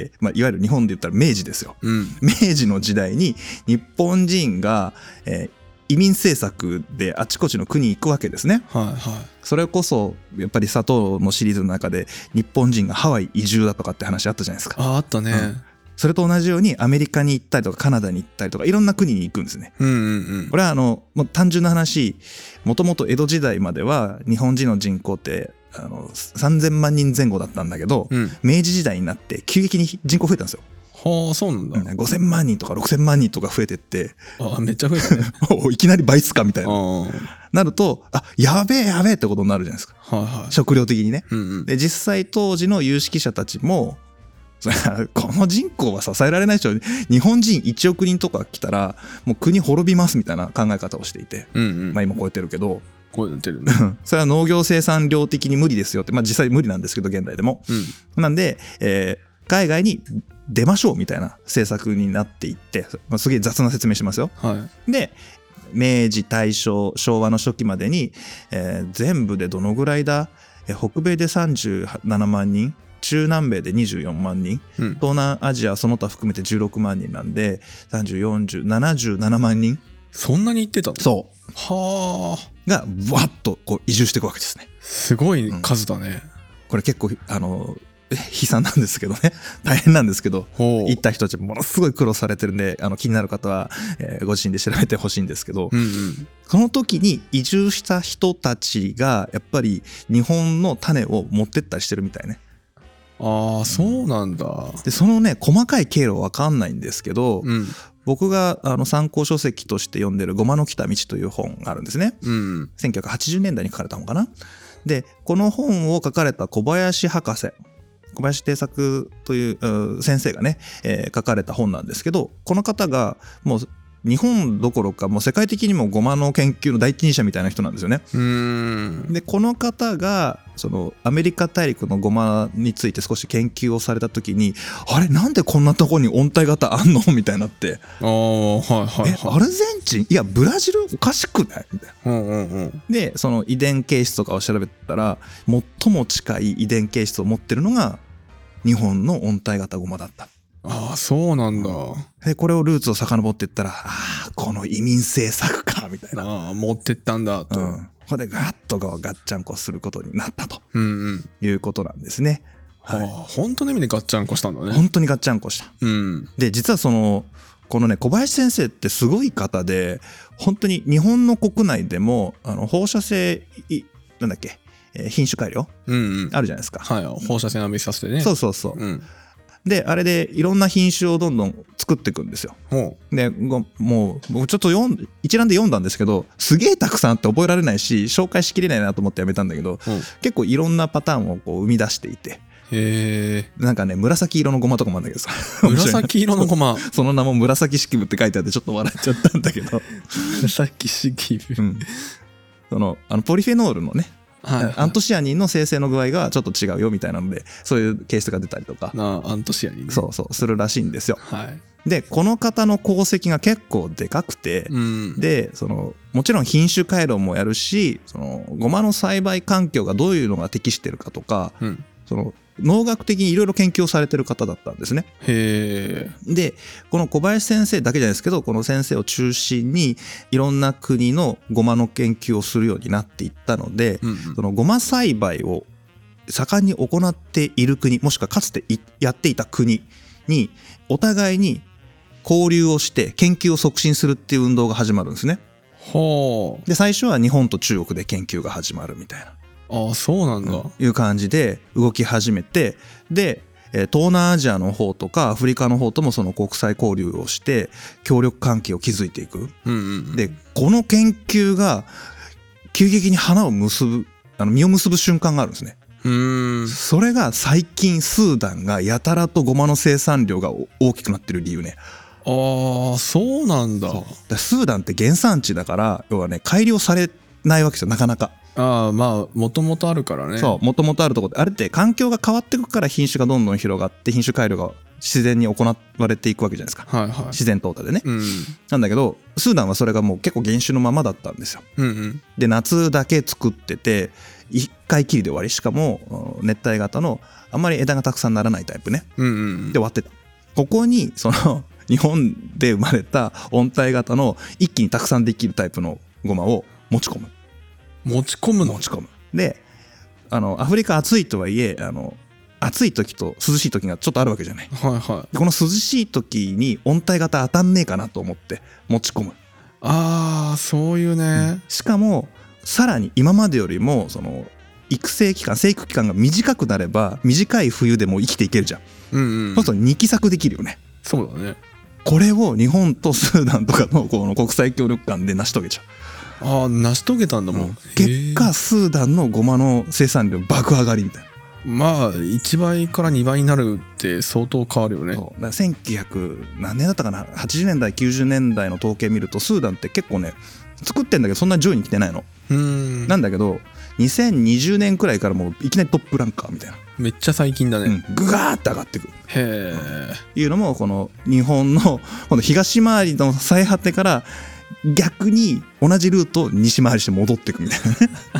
まあ、いわゆる日本で言ったら明治ですよ、 うん、 明治の時代に日本人が、えー、移民政策であちこちの国に行くわけですね、 はいはい、 それこそやっぱり佐藤のシリーズの中で日本人がハワイ移住だとかって話あったじゃないですか。 ああったね、うん、 それと同じようにアメリカに行ったりとかカナダに行ったりとかいろんな国に行くんですね、 うんうんうん、 これはあのもう単純な話、もともと江戸時代までは日本人の人口ってあのさんぜんまんにんぜん後だったんだけど、うん、明治時代になって急激に人口増えたんですよ。 はあそうなんだ、 うん、ごせんまんにんとかろくせんまんにんとか増えてって、 あめっちゃ増えたねいきなり倍数かみたいななると、あやべえやべえってことになるじゃないですか、 はいはい、 食料的にね、 うんうん、 で実際当時の有識者たちもこの人口は支えられない人、日本人いちおくにんとか来たらもう国滅びますみたいな考え方をしていて、 うんうん、 まあ今超えてるけど超えてるねそれは農業生産量的に無理ですよって、まあ実際無理なんですけど現代でも、うん、なんで、えー、海外に出ましょうみたいな政策になっていって、まあ、すげえ雑な説明しますよ、 はい、 で明治大正昭和の初期までに、えー、全部でどのぐらいだ、えー、北米でさんじゅうななまんにん、中南米でにじゅうよんまんにん、うん、東南アジアその他含めてじゅうろくまんにんなんでさんじゅう、よんじゅう、ななじゅうななまんにん、 そんなに行ってたの？ そうはあがわっとこう移住していくわけですね。 すごい数だね、うん、 これ結構あの悲惨なんですけどね、大変なんですけど、行った人たちものすごい苦労されてるんで、あの気になる方は、えー、ご自身で調べてほしいんですけど、 うんうん、 その時に移住した人たちがやっぱり日本の種を持ってったりしてるみたいね。 ああそうなんだ。 でそのね細かい経路は分かんないんですけど、 うん、 僕があの参考書籍として読んでる「ごまの来た道」という本があるんですね、うん、せんきゅうひゃくはちじゅうねんだいに書かれた本かな。でこの本を書かれた小林博士、小林定作という先生がね、えー、書かれた本なんですけど、この方がもう日本どころかもう世界的にもごまの研究の第一人者みたいな人なんですよね。 うーんでこの方がそのアメリカ大陸のごまについて少し研究をされた時に、あれなんでこんなとこに温帯型あんのみたいになって、 あ、はいはいはい、 えアルゼンチンいやブラジルおかしくないみたいな、 うんうんうん、でその遺伝形質とかを調べたら最も近い遺伝形質を持ってるのが日本の温帯型ごまだった。 ああそうなんだ。 でこれをルーツを遡っていったら、ああこの移民政策かみたいな、 ああ持ってったんだと、うん、 これでガッとガッチャンコすることになったと、 うんうん、 いうことなんですね。 はあ、はい、本当の意味でガッチャンコしたんだね。 本当にガッチャンコした、 うん、 で実はそのこのね小林先生ってすごい方で、本当に日本の国内でもあの放射性なんだっけ品種改良、うんうん、あるじゃないですか、 はい、放射線浴びさせてね。 そうそうそう、うん、であれでいろんな品種をどんどん作っていくんですよ。でもう僕ちょっと読ん一覧で読んだんですけど、すげえたくさんあって覚えられないし紹介しきれないなと思ってやめたんだけど、うん、結構いろんなパターンをこう生み出していて、 へー、 なんかね紫色のごまとかもあるんだけどさ紫色のごまその名も紫式部って書いてあってちょっと笑っちゃったんだけど紫式部、うん、 そのあのポリフェノールのね、はいはい、アントシアニンの生成の具合がちょっと違うよみたいなので、そういうケースが出たりとか、 あアントシアニン、ね、 そうそうするらしいんですよ、 はい、 でこの方の功績が結構でかくて、うん、でそのもちろん品種改良もやるし、そのごまの栽培環境がどういうのが適してるかとか、うん、その農学的にいろいろ研究をされてる方だったんですね。 へー。 でこの小林先生だけじゃないですけど、この先生を中心にいろんな国のごまの研究をするようになっていったので、うんうん、そのごま栽培を盛んに行っている国、もしくはかつてやっていた国にお互いに交流をして研究を促進するっていう運動が始まるんですね。 ほう。 で最初は日本と中国で研究が始まるみたいな。 ああそうなんだ、うん、 いう感じで動き始めて、で東南アジアの方とかアフリカの方ともその国際交流をして協力関係を築いていく、 うんうんうん、 でこの研究が急激に花を結ぶあの実を結ぶ瞬間があるんですね。 うーん、 それが最近スーダンがやたらとゴマの生産量が大きくなってる理由ね。 ああそうなんだ。 そうだ、スーダンって原産地だから、要はね改良されないわけですよ、なかなか。 ああまあもともとあるからね。 そう、もともとあるところであれって環境が変わっていくから品種がどんどん広がって品種改良が自然に行われていくわけじゃないですか、 はいはい、 自然淘汰でね、 うん、 なんだけどスーダンはそれがもう結構原種のままだったんですよ、 うんうん、で夏だけ作ってていっかいきりで終わり、しかも熱帯型のあんまり枝がたくさんならないタイプね、 うんうん、 で終わってた。ここにその日本で生まれた温帯型の一気にたくさんできるタイプのゴマを持ち込む持ち込むの持ち込むで、あのアフリカ暑いとはいえあの暑い時と涼しい時がちょっとあるわけじゃない、 はいはい、 この涼しい時に温帯型当たんねえかなと思って持ち込む。 ああそういうね、うん、 しかもさらに今までよりもその育成期間生育期間が短くなれば短い冬でも生きていけるじゃん、 うんうん、 そうするとにき作できるよね。 そうだね。 これを日本とスーダンとかのこの国際協力間で成し遂げちゃう。 ああ成し遂げたんだもん、うん、 結果スーダンのゴマの生産量爆上がりみたいな。 まあいちばいからにばいになるって相当変わるよね。 そうだからせんきゅうひゃく何年だったかな、はちじゅうねんだいきゅうじゅうねんだいの統計見るとスーダンって結構ね作ってんだけどそんな上位に来てないの。 うーんなんだけどにせんにじゅうねんくらいからもういきなりトップランカーみたいな、 めっちゃ最近だね、 うん、グガーって上がってくる。 へえ、 いうのもこの日本のこの東回りの最果てから逆に同じルートを西回りして戻っていくみたいなね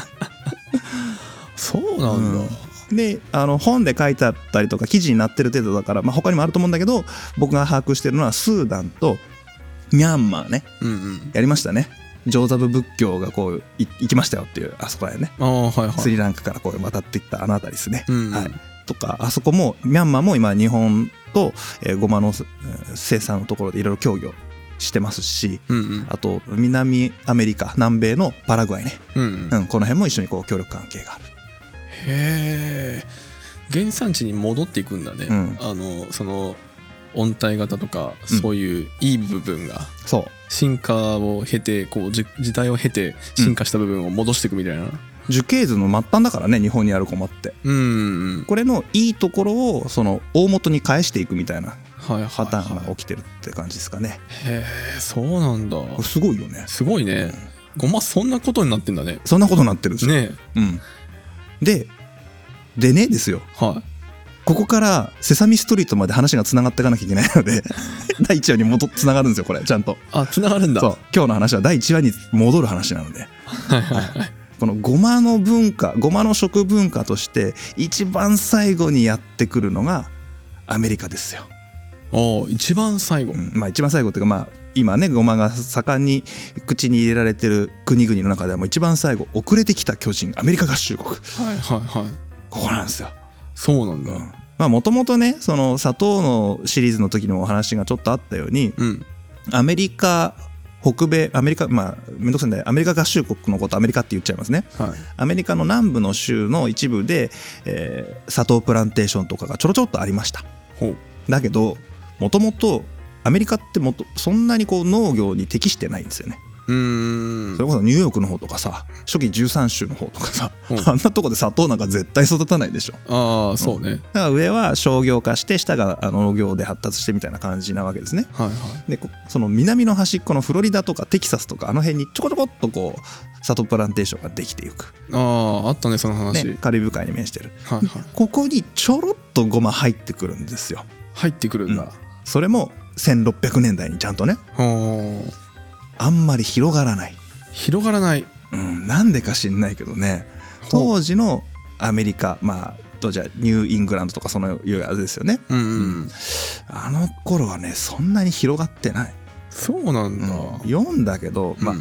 そうなんだ、 うん、であの本で書いてあったりとか記事になってる程度だから、まあ、他にもあると思うんだけど僕が把握してるのはスーダンとミャンマーね、 うんうん、 やりましたね。ジョーザブ仏教がこう行きましたよっていうあそこらへんね、 あ、はいはい、 スリランカからこう渡っていったあの辺りですね、 うんうん、 はい、とかあそこもミャンマーも今日本と、えー、ゴマの生産のところでいろいろ協議をしてますし、 うんうん、 あと南アメリカ南米のパラグアイね、 うんうんうん、この辺も一緒にこう協力関係がある。 へえ、原産地に戻っていくんだね、うん、あのその温帯型とかそういういい部分が、うん、 そう進化を経てこう時代を経て進化した部分を戻していくみたいな、うん、 樹形図の末端だからね日本にあるゴマって、 うんうん、 これのいいところをその大元に返していくみたいなパターンが起きてるって感じですかね。 へえ、そうなんだ。 これすごいよね。 すごいね、うん、ゴマそんなことになってんだね。 そんなことになってるんですよね。 うん、ででねですよ、 はい、 ここからセサミストリートまで話がつながっていかなきゃいけないのでだいいちわに戻つながるんですよこれちゃんと。 あ、つながるんだ。 そう今日の話はだいいちわに戻る話なのでこのゴマの文化ゴマの食文化として一番最後にやってくるのがアメリカですよ。 お一番最後、 うん、まあ一番最後っていうかまあ今ねゴマが盛んに口に入れられてる国々の中ではもう一番最後遅れてきた巨人アメリカ合衆国、 はいはいはい、 ここなんですよ。 そうなんだ。うん、 まあもともとねその砂糖のシリーズの時のお話がちょっとあったように、 うん、 アメリカ北米アメリカまあめんどくさいんでアメリカ合衆国のことアメリカって言っちゃいますね、 はい、 アメリカの南部の州の一部で、えー、砂糖プランテーションとかがちょろちょろっとありました。 ほう。 だけどもともとアメリカってもっとそんなにこう農業に適してないんですよね。 うーん、 それこそニューヨークの方とかさ初期じゅうさん州の方とかさ、うん、あんなとこで砂糖なんか絶対育たないでしょ。 ああそうね、うん、 だから上は商業化して下が農業で発達してみたいな感じなわけですね、 はいはい、 でその南の端っこのフロリダとかテキサスとかあの辺にちょこちょこっとこう砂糖プランテーションができていく。 あああったねその話、 ね、カリブ海に面してる、 はいはい、 ここにちょろっとゴマ入ってくるんですよ。 入ってくるんだ、うん、 それもせんろっぴゃくねんだいにちゃんとね。あんまり広がらない広がらない、 うん、なんでか知んないけどね当時のアメリカまあとじゃニューイングランドとかそのいうあれですよね、 うんうんうん、 あの頃はねそんなに広がってない。 そうなんだ、 うん、読んだけど、まあ、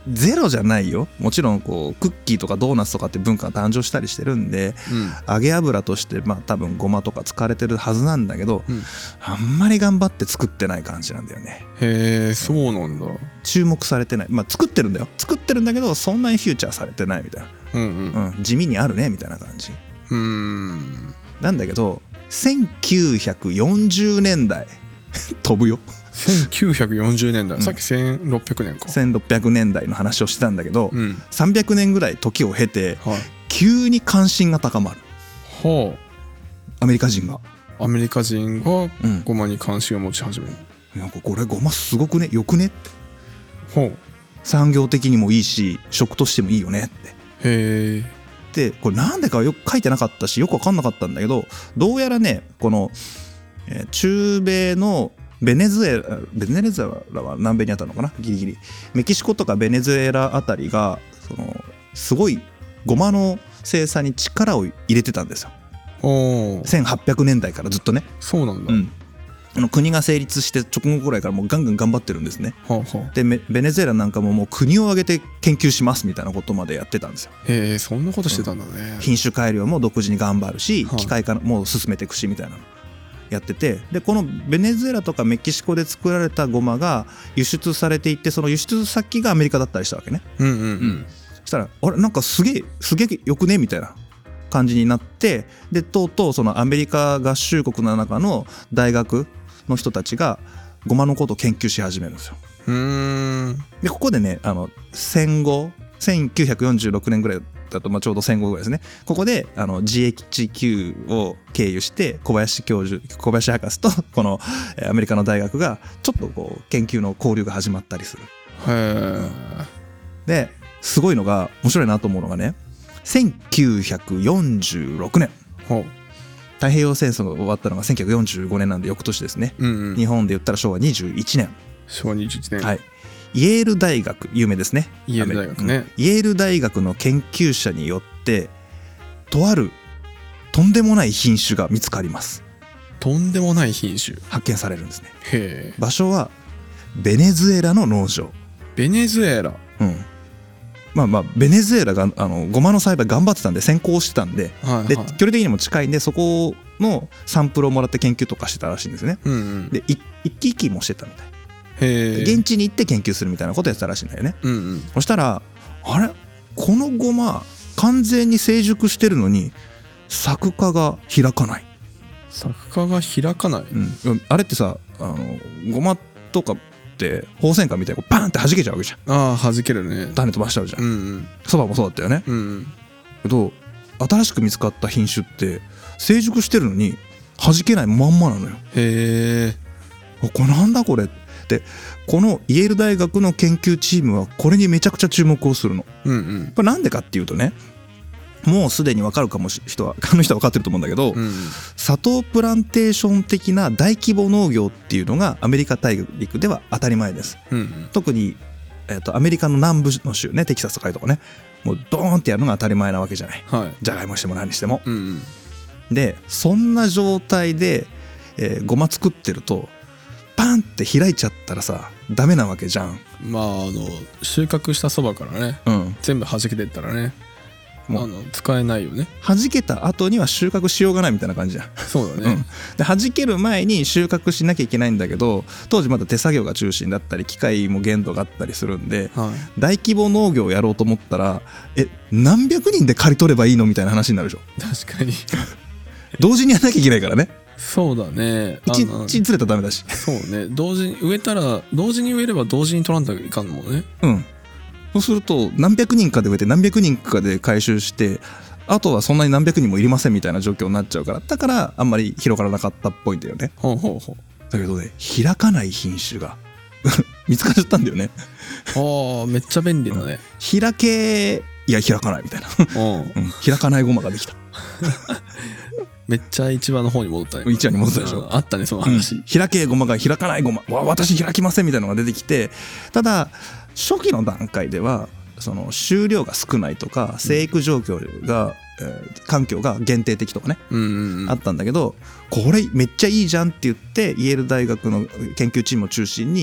ゼロじゃないよ。もちろんこうクッキーとかドーナツとかって文化が誕生したりしてるんで、うん、揚げ油としてまあ多分ごまとか使われてるはずなんだけど、うん、あんまり頑張って作ってない感じなんだよね。 へえ、そうなんだ。 注目されてない。まあ作ってるんだよ。作ってるんだけどそんなにフューチャーされてないみたいな、うんうんうん、地味にあるねみたいな感じ。うーんなんだけどせんきゅうひゃくよんじゅうねんだい飛ぶよせんきゅうひゃくよんじゅうねんだい、うん、さっきせんろっぴゃくねんか。 せんろっぴゃくねんだいの話をしてたんだけど、うん、さんびゃくねんぐらい時を経て、はい、急に関心が高まる。はあ、アメリカ人がアメリカ人がゴマに関心を持ち始める、 うん、なんかこれゴマすごくね、よくねって。ほう、産業的にもいいし食としてもいいよねって。へえ。でこれなんでかよく書いてなかったしよく分かんなかったんだけど、どうやらねこの、えー、中米のベネズエラベネズエラは南米にあったのかな、ギリギリメキシコとかベネズエラあたりがそのすごいゴマの生産に力を入れてたんですよ。おせんはっぴゃくねんだいからずっとね。 そうなんだ、うん、 あの国が成立して直後ぐらいからもうガンガン頑張ってるんですね。はあはあ、でベネズエラなんかももう国を挙げて研究しますみたいなことまでやってたんですよ。 へえ、そんなことしてたんだね、 うん、品種改良も独自に頑張るし、はあ、機械化も進めていくしみたいなのやってて、でこのベネズエラとかメキシコで作られたゴマが輸出されていって、その輸出先がアメリカだったりしたわけね。うんうんうん、そしたらあれなんかすげえすげえよくねみたいな感じになって、でとうとうそのアメリカ合衆国の中の大学の人たちがゴマのことを研究し始めるんですよ。うーんでここでねあの戦後せんきゅうひゃくよんじゅうろくねんぐらいだと、まあ、ちょうど戦後ぐらいですね。ここであの ジーエイチキュー を経由して小林教授小林博士とこのアメリカの大学がちょっとこう研究の交流が始まったりする。へー。ですごいのが面白いなと思うのがね、せんきゅうひゃくよんじゅうろくねん太平洋戦争が終わったのがせんきゅうひゃくよんじゅうごねんなんで翌年ですね、うんうん、日本で言ったらしょうわにじゅういちねん。 しょうわにじゅういちねん、 はい、イェール大学有名ですね。 イェール大学ね、うん、 イェール大学の研究者によってとあるとんでもない品種が見つかります。 とんでもない品種発見されるんですね。 へー。 場所はベネズエラの農場。 ベネズエラ、うんまあまあベネズエラがあのゴマの栽培頑張ってたんで先行してたんで、はいはい、で距離的にも近いんでそこのサンプルをもらって研究とかしてたらしいんですね、うんうん、で一気一気もしてたみたい。へ現地に行って研究するみたいなことやってたらしいんだよね、うんうん、そしたらあれこのゴマ完全に成熟してるのに作花が開かない。 作花が開かない、 うん、あれってさあのゴマとかってホウセンカみたいにバーンって弾けちゃうわけじゃん。 ああ弾けるね。 種飛ばしちゃうじゃん。うんうん、そばもそうだったよね。うんうん、けど新しく見つかった品種って成熟してるのに弾けないまんまなのよ。へえ。これなんだこれってこのイェール大学の研究チームはこれにめちゃくちゃ注目をするの。うんうん、これなんでかっていうとね、もうすでに分かるかもし人は他の人は分かってると思うんだけど、うんうん、砂糖プランテーション的な大規模農業っていうのがアメリカ大陸では当たり前です、うんうん、特に、えーと、アメリカの南部の州ね、テキサスとかいうとこね、もうドーンってやるのが当たり前なわけじゃない、はい、じゃがいもしても何しても、うんうん、でそんな状態で、えー、ごま作ってるとパンって開いちゃったらさダメなわけじゃん。 まああの収穫したそばからね、うん、全部弾けてったらねもうあの使えないよね。 弾けた後には収穫しようがないみたいな感じじゃん。 そうだね、うん、 で弾ける前に収穫しなきゃいけないんだけど当時まだ手作業が中心だったり機械も限度があったりするんで、はい、大規模農業をやろうと思ったらえ何百人で刈り取ればいいのみたいな話になるでしょ。 確かに同時にやらなきゃいけないからね。 そうだね。 一日ずれたらダメだし。 そうね。同時に植えたら同時に植えれば同時に取らんといかんもんね。 うん。そうすると何百人かで植えて何百人かで回収してあとはそんなに何百人もいりませんみたいな状況になっちゃうから、だからあんまり広がらなかったっぽいんだよね。ほうほうほう。だけどね開かない品種が見つかっちゃったんだよね。 ああめっちゃ便利だね、 うん、開けいや開かないみたいな、うん、開かないゴマができためっちゃ市場の方に戻ったね。 市場に戻ったでしょ。 あったねその話、 うん、開けゴマが開かないゴマわ私開きませんみたいなのが出てきて、ただ初期の段階ではその収量が少ないとか生育状況が、えー、環境が限定的とかね、うんうんうん、あったんだけどこれめっちゃいいじゃんって言ってイェール大学の研究チームを中心に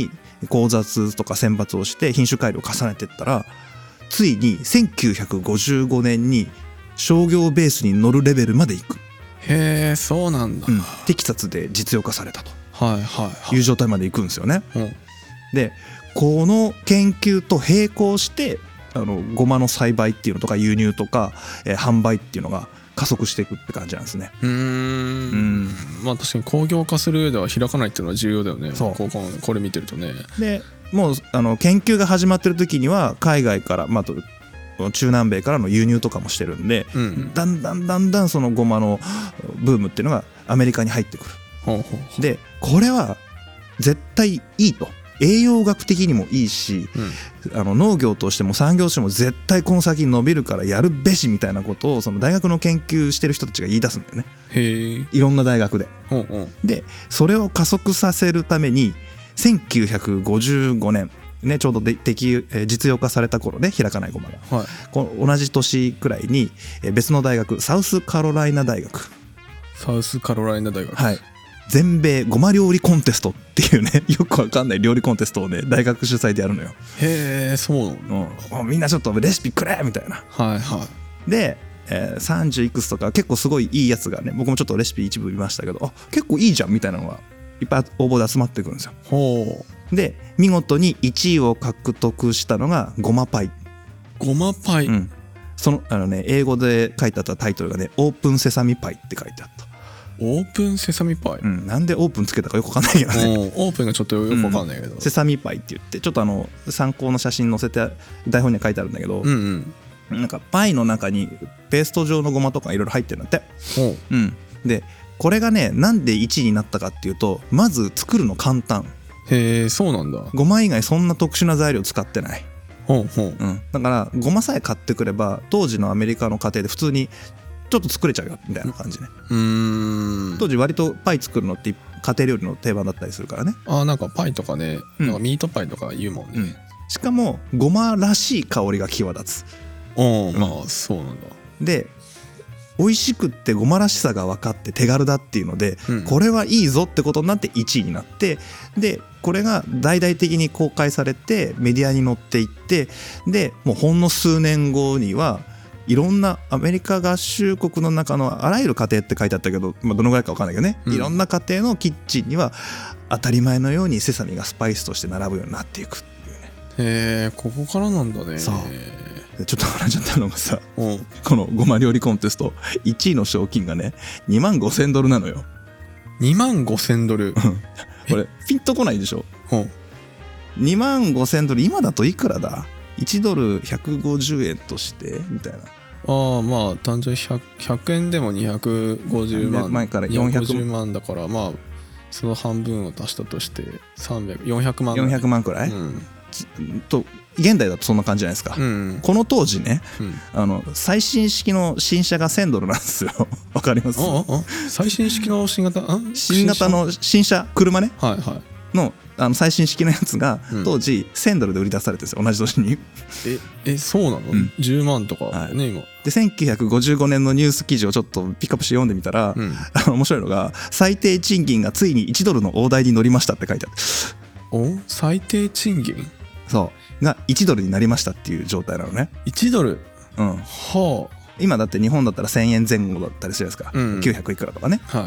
交雑とか選抜をして品種改良を重ねていったら、ついにせんきゅうひゃくごじゅうごねんに商業ベースに乗るレベルまでいく。 へえ、そうなんだ、 うん、テキサスで実用化されたと、 はいはいはい、 いう状態までいくんですよね、 うん、 でこの研究と並行してあのごまの栽培っていうのとか輸入とか、えー、販売っていうのが加速していくって感じなんですね。 うーん、うん、まあ確かに工業化する上では開かないっていうのは重要だよね。そうこうこれ見てるとね。 でもうあの研究が始まってる時には海外から、まあ、と中南米からの輸入とかもしてるんで、うん、だんだんだんだんそのごまのブームっていうのがアメリカに入ってくる。ほうほうほう。でこれは絶対いいと、栄養学的にもいいし、うん、あの農業としても産業としても絶対この先伸びるからやるべしみたいなことをその大学の研究してる人たちが言い出すんだよね。へー。いろんな大学で。ほうほう。でそれを加速させるためにせんきゅうひゃくごじゅうごねんね、ちょうどで適実用化された頃ね、開かないごまが、はい、この同じ年くらいに別の大学、サウスカロライナ大学、 サウスカロライナ大学、 はい、全米ごま料理コンテストっていうね、よくわかんない料理コンテストをね大学主催でやるのよ。 へえ、そうなの、 うん、みんなちょっとレシピくれみたいな。はいはい。で、えー、さんじゅういくつとか結構すごいいいやつがね、僕もちょっとレシピ一部見ましたけど、あ結構いいじゃんみたいなのがいっぱい応募で集まってくるんですよ。ほう。で見事にいちいを獲得したのがごまパイ。 ごまパイ、うん、 そのあのね英語で書いてあったタイトルがね、オープンセサミパイって書いてあった。 オープンセサミパイ、 うん、なんでオープンつけたかよくわかんないけどね。 オープンがちょっとよくわかんないけど、うん、 セサミパイって言って、ちょっとあの参考の写真載せて台本には書いてあるんだけど、うんうん、なんかパイの中にペースト状のごまとかいろいろ入ってるんだって。うん、でこれがねなんでいちいになったかっていうと、まず作るの簡単。 へえ、そうなんだ。 ごま以外そんな特殊な材料使ってない。ほうほう、うん、だからごまさえ買ってくれば当時のアメリカの家庭で普通にちょっと作れちゃうよみたいな感じね。うーん、当時割とパイ作るのって家庭料理の定番だったりするからね。 あー、なんかパイとかね、うん、なんかミートパイとか言うもんね、うん、 しかもごまらしい香りが際立つ。 おー、まあそうなんだ。 で美味しくってごまらしさが分かって手軽だっていうので、うん、これはいいぞってことになっていちいになって、でこれが大々的に公開されてメディアに載っていって、でもうほんの数年後にはいろんなアメリカ合衆国の中のあらゆる家庭って書いてあったけど、まあ、どのぐらいか分かんないけどね、うん、いろんな家庭のキッチンには当たり前のようにセサミがスパイスとして並ぶようになっていくっていうね。 へえ、ここからなんだね。 そうちょっと笑っちゃったのがさ、うん、このごま料理コンテストいちいの賞金がねにまんごせんドルなのよ。 にまんごせんドルこれピンとこないでしょ。にまんごせんドル今だといくらだ。いちドルひゃくごじゅうえんとしてみたいな。 ああ、まあ単純に ひゃく, ひゃくえんでもにひゃくごじゅうまん前からよんひゃくごじゅうまんだから、まあその半分を足したとしてさんびゃく、よんひゃくまんぐらい。 よんひゃくまんくらい、うん、と現代だとそんな感じじゃないですか、うん、この当時ね、うん、あの最新式の新車がせんドルなんですよ。わかります？ ああ、最新式の新型新型の新車車ね、はいはい、のあの最新式のやつが当時せんドルで売り出されてるんですよ、同じ年に。 ええ、そうなの、うん、じゅうまんとかね、はい、今でせんきゅうひゃくごじゅうごねんのニュース記事をちょっとピックアップして読んでみたら、うん、あの面白いのが最低賃金がついにいちドルの大台に乗りましたって書いてある。 お、最低賃金そうがいちドルになりましたっていう状態なのね。 いちドル、 うん、はあ。今だって日本だったらせんえんぜん後だったりするじゃないですか、うん、きゅうひゃくいくらとかね、はい、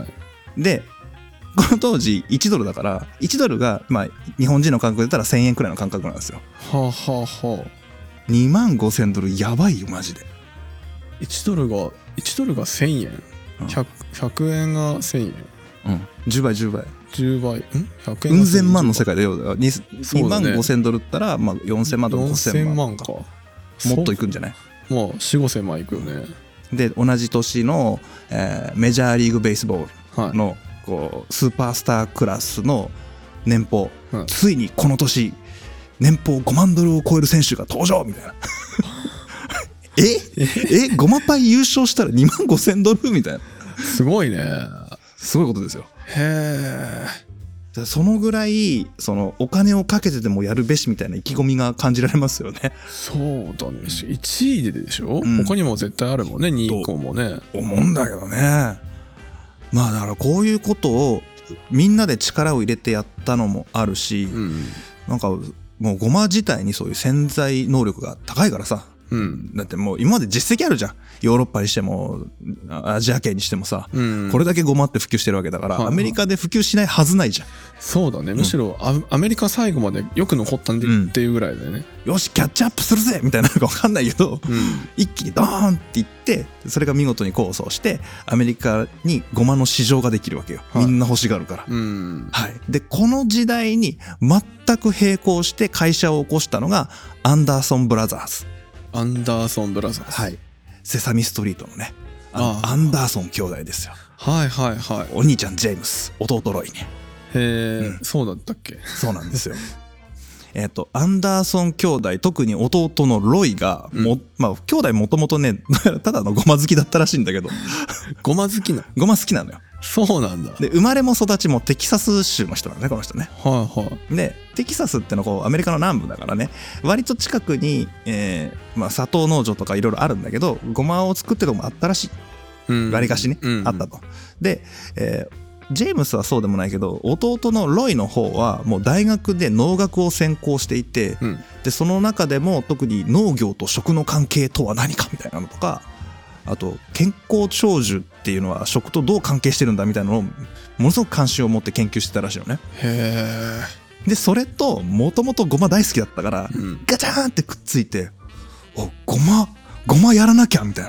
でこの当時いちドルだからいちドルがまあ日本人の感覚で言ったらせんえんくらいの感覚なんですよ。はあはあはあ。にまんごせんドルやばいよマジで。 いちドルがいちドルがせんえん、うん、ひゃく, ひゃくえんがせんえん、うん、じゅうばいじゅうばいじゅうばい、んひゃくえんがうん千万の世界でようにまんごせんドルったらまあよんせんまんとかごせんまんか、もっといくんじゃない？ まあよん、ごせんまんいくよね。 で同じ年の、えー、メジャーリーグベースボールの、はい、こうスーパースタークラスの年俸、はい、ついにこの年年俸ごまんドルを超える選手が登場みたいな。ええごまパイ優勝したらにまんごせんドルみたいな。 すごいね。 すごいことですよ。へえ。そのぐらいそのお金をかけてでもやるべしみたいな意気込みが感じられますよね。 そうだね。いちいででしょ、うん、他にも絶対あるもんね、にいこもね。 思うんだけどね。まあだからこういうことをみんなで力を入れてやったのもあるし、うん、 なんかもうごま自体にそういう潜在能力が高いからさ、うん、だってもう今まで実績あるじゃん。ヨーロッパにしてもアジア圏にしてもさ、うん、これだけごまって普及してるわけだから、はいはい、アメリカで普及しないはずないじゃん。 そうだね、むしろアメリカ最後までよく残ったんでっていうぐらいだよね、 うん、よしキャッチアップするぜみたいなのが分かんないけど、うん、一気にドーンっていってそれが見事に功を奏してアメリカにごまの市場ができるわけよ、はい、みんな欲しがるから、うんはい、でこの時代に全く並行して会社を起こしたのがアンダーソン・ブラザーズ。 アンダーソン・ブラザーズ、 はい、セサミストリートのねああアンダーソン兄弟ですよ。 はいはいはい。 お兄ちゃんジェームス、弟ロイね。 へえ、うん、そうだったっけ。 そうなんですよ。えっとアンダーソン兄弟、特に弟のロイがも、うん、まあ兄弟もともとねただのゴマ好きだったらしいんだけどゴマ好きなゴマ好きなのよ。 そうなんだ。 で生まれも育ちもテキサス州の人なんだねこの人ね。 はいはい。 でテキサスってのはこうアメリカの南部だからね、割と近くに、えーまあ、砂糖農場とかいろいろあるんだけどゴマを作ってるとこもあったらしい。わりかしね、うんうん、あったと。で、えー、ジェームスはそうでもないけど弟のロイの方はもう大学で農学を専攻していて、うん、でその中でも特に農業と食の関係とは何かみたいなのとか、あと健康長寿っていうのは食とどう関係してるんだみたいなのをものすごく関心を持って研究してたらしいのね。 へー。でそれともともとごま大好きだったから、うん、ガチャーンってくっついて、おごまごまやらなきゃみたいな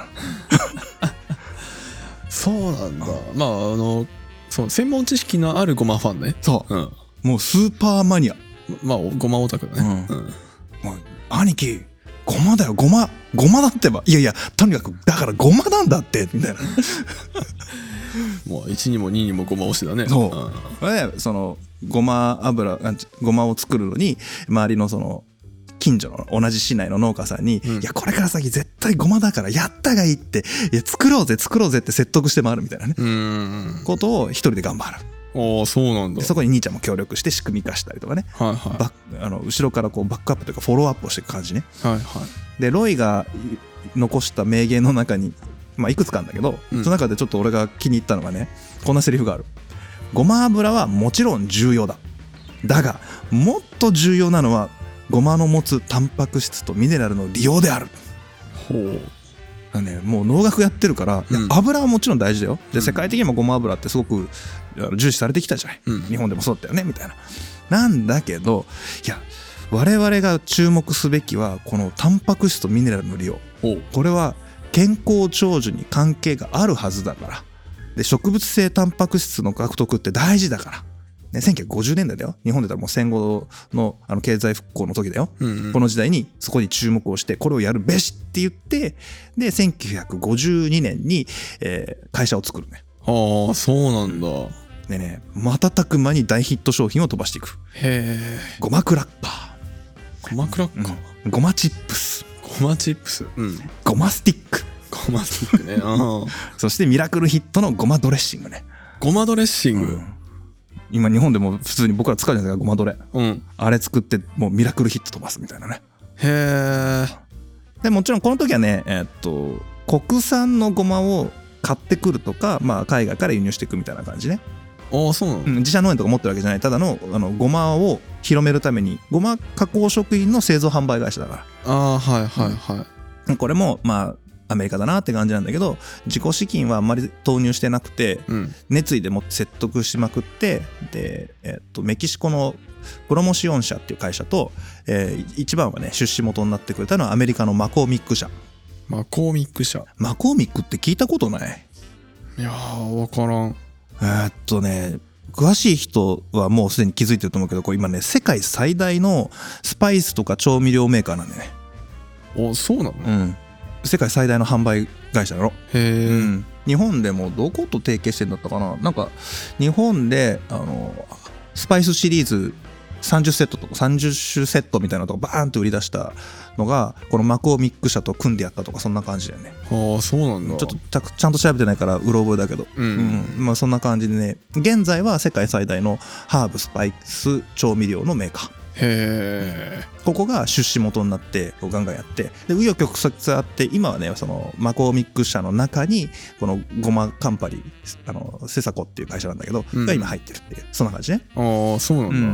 そうなんだ。まああのそう専門知識のあるゴマファンね。 そう、うん、もうスーパーマニア。 まあゴマオタクだね、うんうん、 もう兄貴ごまだよごまごまだってば、いやいやとにかくだからごまなんだってみたいなもういちにもににもごま推しだね。 そう、うん、でそのごま油ごまを作るのに周りのその近所の同じ市内の農家さんに、うん、いやこれから先絶対ごまだからやったがいいって、いや作ろうぜ作ろうぜって説得して回るみたいなね、うんことを一人で頑張る。 ああそうなんだ。 そこに兄ちゃんも協力して仕組み化したりとかね、はいはい、バッあの後ろからこうバックアップというかフォローアップをしていく感じね、はいはい、でロイが残した名言の中に、まあ、いくつかあるんだけど、うん、その中でちょっと俺が気に入ったのがね、こんなセリフがある。ごま油はもちろん重要だ、だがもっと重要なのはごまの持つタンパク質とミネラルの利用である。ほうだね、もう農学やってるから、うん、油はもちろん大事だよ。で世界的にもごま油ってすごく重視されてきたじゃない、うん、日本でもそうだったよねみたいな。なんだけどいや我々が注目すべきはこのタンパク質とミネラルの利用。これは健康長寿に関係があるはずだから。で植物性タンパク質の獲得って大事だから、ね、せんきゅうひゃくごじゅうねんだいだよ。日本で言ったらもう戦後 の, あの経済復興の時だよ、うんうん、この時代にそこに注目をしてこれをやるべしって言って、でせんきゅうひゃくごじゅうにねんに、えー、会社を作るね。 ああそうなんだ。 でね瞬く間に大ヒット商品を飛ばしていく。 へえ。 ごまクラッカー、ごまクラッカー、 うん、ごまチップス、 ごまチップス、うん、 ごまスティック、 ごまスティックねあそしてミラクルヒットのごまドレッシングね。 ごまドレッシング、うん、 今日本でも普通に僕ら使うじゃないですかごまドレ、うん、あれ作ってもうミラクルヒット飛ばすみたいなね。 へえ。 でもちろんこの時はねえー、っと国産のごまを買ってくるとか、まあ、海外から輸入していくみたいな感じね。 ああそうなの、 うん、自社農園とか持ってるわけじゃない、ただのあのごまを広めるためにごま加工食品の製造販売会社だから。 ああはいはいはい、 うん、これもまあアメリカだなって感じなんだけど、自己資金はあんまり投入してなくて、うん、熱意でもって説得しまくって、で、えっとメキシコのプロモシオン社っていう会社と、えー、一番はね出資元になってくれたのはアメリカのマコーミック社。 マコーミック社。 マコーミックって聞いたことない？ いやー分からん。 えー、っとね詳しい人はもうすでに気づいてると思うけど、これ今ね世界最大のスパイスとか調味料メーカーなんだよね。 おそうなの？ うん、世界最大の販売会社だろ。 へえ、うん、 日本でもどこと提携してんだったかな。なんか日本であのスパイスシリーズさんじゅっセットとかさんじゅっ種セットみたいなのとかバーンと売り出したのがこのマコーミック社と組んでやったとか、そんな感じだよね。 ああそうなんだ。 ちょっとちゃんと調べてないからうろ覚えだけど、うん、うん、まあそんな感じでね、現在は世界最大のハーブスパイス調味料のメーカー。 へー。ここが出資元になってガンガンやって、で紆余曲折あって今はねそのマコーミック社の中にこのゴマカンパニー、あのセサコっていう会社なんだけど、うん、が今入ってるっていうそんな感じね。 ああそうなんだ、うん、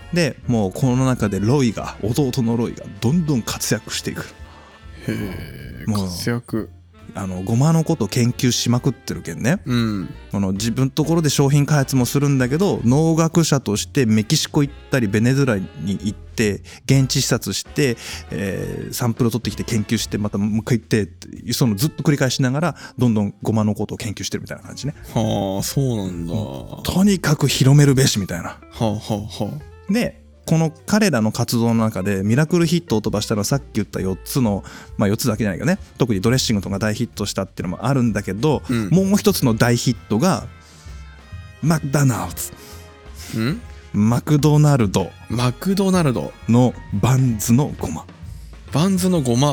でもうこの中でロイが弟のロイがどんどん活躍していく。 へえ、活躍。 あのゴマのことを研究しまくってるけんね、うん、この自分のところで商品開発もするんだけど、農学者としてメキシコ行ったりベネズエラに行って現地視察して、えー、サンプルを取ってきて研究してまたもう一回行ってそのずっと繰り返しながらどんどんゴマのことを研究してるみたいな感じね。 はあ、そうなんだ。 とにかく広めるべしみたいな。はあはあはあ。でこの彼らの活動の中でミラクルヒットを飛ばしたのはさっき言ったよっつの、まあよっつだけじゃないけどね、特にドレッシングとか大ヒットしたっていうのもあるんだけど、うん、もう一つの大ヒットがマクドナルド、んマクドナルドマクドナルドのバンズのごま。 バンズのごま、うん、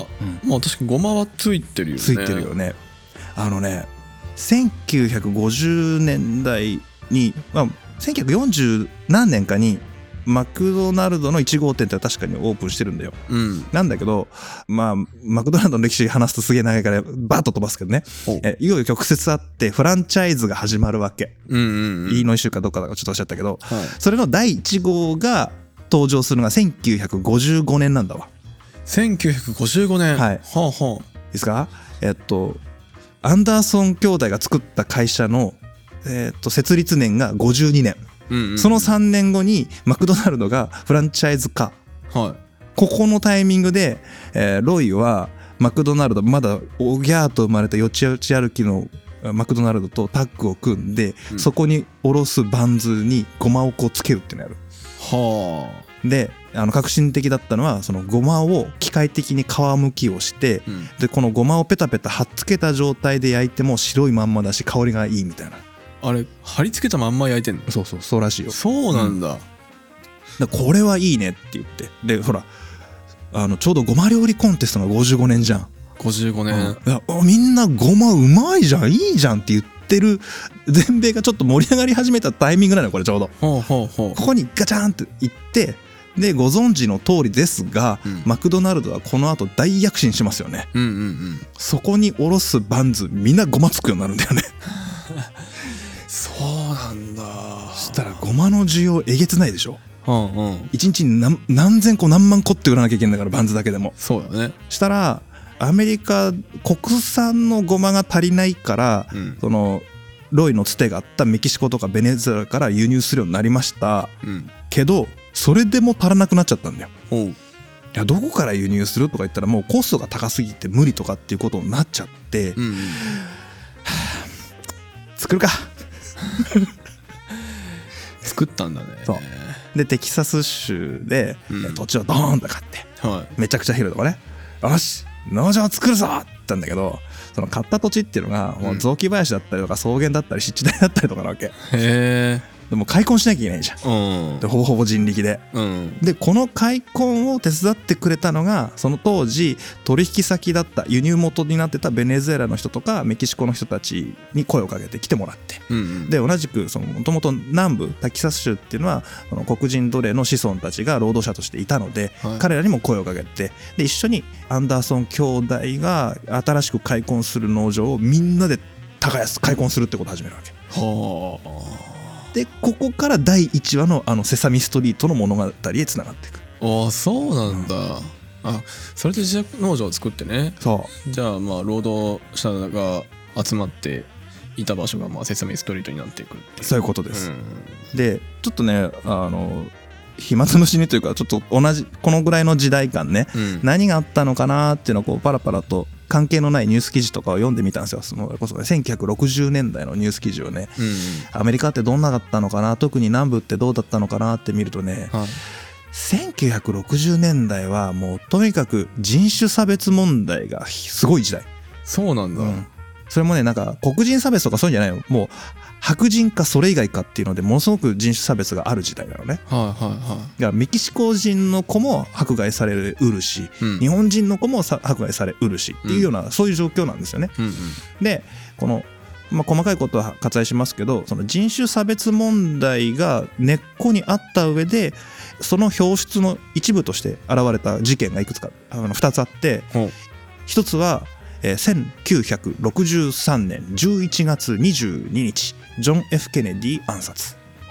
まあ確かにごまはついてるよね。 ついてるよね。あのねせんきゅうひゃくごじゅうねんだいに、まあ、せんきゅうひゃくよんじゅう何年かにマクドナルドのいち号店って確かにオープンしてるんだよ、うん、なんだけどまあマクドナルドの歴史話すとすげえ長いからバッと飛ばすけどね、えいよいよ曲折あってフランチャイズが始まるわけ、うんうんうん、イーノイ州かどっかだかちょっとおっしゃったけど、はい、それのだいいち号が登場するのがせんきゅうひゃくごじゅうごねんなんだわ。 せんきゅうひゃくごじゅうごねん、はい、はあはあ、いいですか。えっとアンダーソン兄弟が作った会社の、えっと設立年がごじゅうにねん、うんうんうん、そのさんねんごにマクドナルドがフランチャイズ化、はい、ここのタイミングで、えー、ロイはマクドナルドまだおぎゃーと生まれたよちよち歩きのマクドナルドとタッグを組んで、うん、そこにおろすバンズにごまをこうつけるっていうのをやる。はあ。であの革新的だったのはそのごまを機械的に皮むきをして、うん、でこのごまをペタペタ貼っつけた状態で焼いても白いまんまだし香りがいいみたいな。 あれ貼り付けたまんま焼いてんの？ そうそうそうらしいよ。 そうなんだ、うん、 だこれはいいねって言ってでほらあのちょうどごま料理コンテストがごじゅうごねんじゃん。 ごじゅうごねん、うん、いやみんなごまうまいじゃんいいじゃんって言ってる全米がちょっと盛り上がり始めたタイミングなのよこれちょうど。ほうほうほう。ここにガチャンって行ってでご存知の通りですが、うん、マクドナルドはこの後大躍進しますよね、うんうんうん、そこにおろすバンズみんなごまつくようになるんだよねそうなんだ。 そしたらごまの需要えげつないでしょ、うんうん、いちにちに 何, 何千個何万個って売らなきゃいけないんだからバンズだけでも。 そうだね。 したらアメリカ国産のごまが足りないから、うん、そのロイのつてがあったメキシコとかベネズエラから輸入するようになりました、うん、けどそれでも足らなくなっちゃったんだよ。おう。いやどこから輸入するとか言ったらもうコストが高すぎて無理とかっていうことになっちゃって、うんうん、はあ、作るか作ったんだね。 そうでテキサス州で、うん、土地をドーンと買って、はい、めちゃくちゃ広いとこね、よし農場を作るぞって言ったんだけどその買った土地っていうのがもう雑木林だったりとか草原だったり湿地帯だったりとかなわけ。へえ。でも開墾しなきゃいけないじゃん、うん、でほぼほぼ人力で、うん、でこの開墾を手伝ってくれたのがその当時取引先だった輸入元になってたベネズエラの人とかメキシコの人たちに声をかけて来てもらって、うんうん、で同じくもともと南部テキサス州っていうのはその黒人奴隷の子孫たちが労働者としていたので、はい、彼らにも声をかけてで一緒にアンダーソン兄弟が新しく開墾する農場をみんなで耕す開墾するってことを始めるわけ。はあ。でここからだいいちわのあのセサミストリートの物語へつながっていく。 ああそうなんだ、うん、あそれで自宅農場を作ってね。そうじゃあまあ労働者が集まっていた場所がまあセサミストリートになっていくっていう。 そういうことです、うん、でちょっとねあの暇つぶしにというかちょっと同じこのぐらいの時代感ね、うん、何があったのかなっていうのをこうパラパラと関係のないニュース記事とかを読んでみたんですよ。そのこそせんきゅうひゃくろくじゅうねんだいのニュース記事をね、うんうん、アメリカってどんなだったのかな特に南部ってどうだったのかなって見るとね、はい、せんきゅうひゃくろくじゅうねんだいはもうとにかく人種差別問題がすごい時代。 そうなんだ、うん、 それもねなんか黒人差別とかそういうんじゃないよ。もう白人かそれ以外かっていうのでものすごく人種差別がある時代なのね。はいはいはい。だからメキシコ人の子も迫害されうるし、うん、日本人の子も迫害されうるしっていうような、うん、そういう状況なんですよね。うんうん、でこの、まあ、細かいことは割愛しますけどその人種差別問題が根っこにあった上でその表出の一部として現れた事件がいくつかあのふたつあって一つはえー、せんきゅうひゃくろくじゅうさんねんじゅういちがつにじゅうににちジョン・ F ・ケネディ暗殺。あ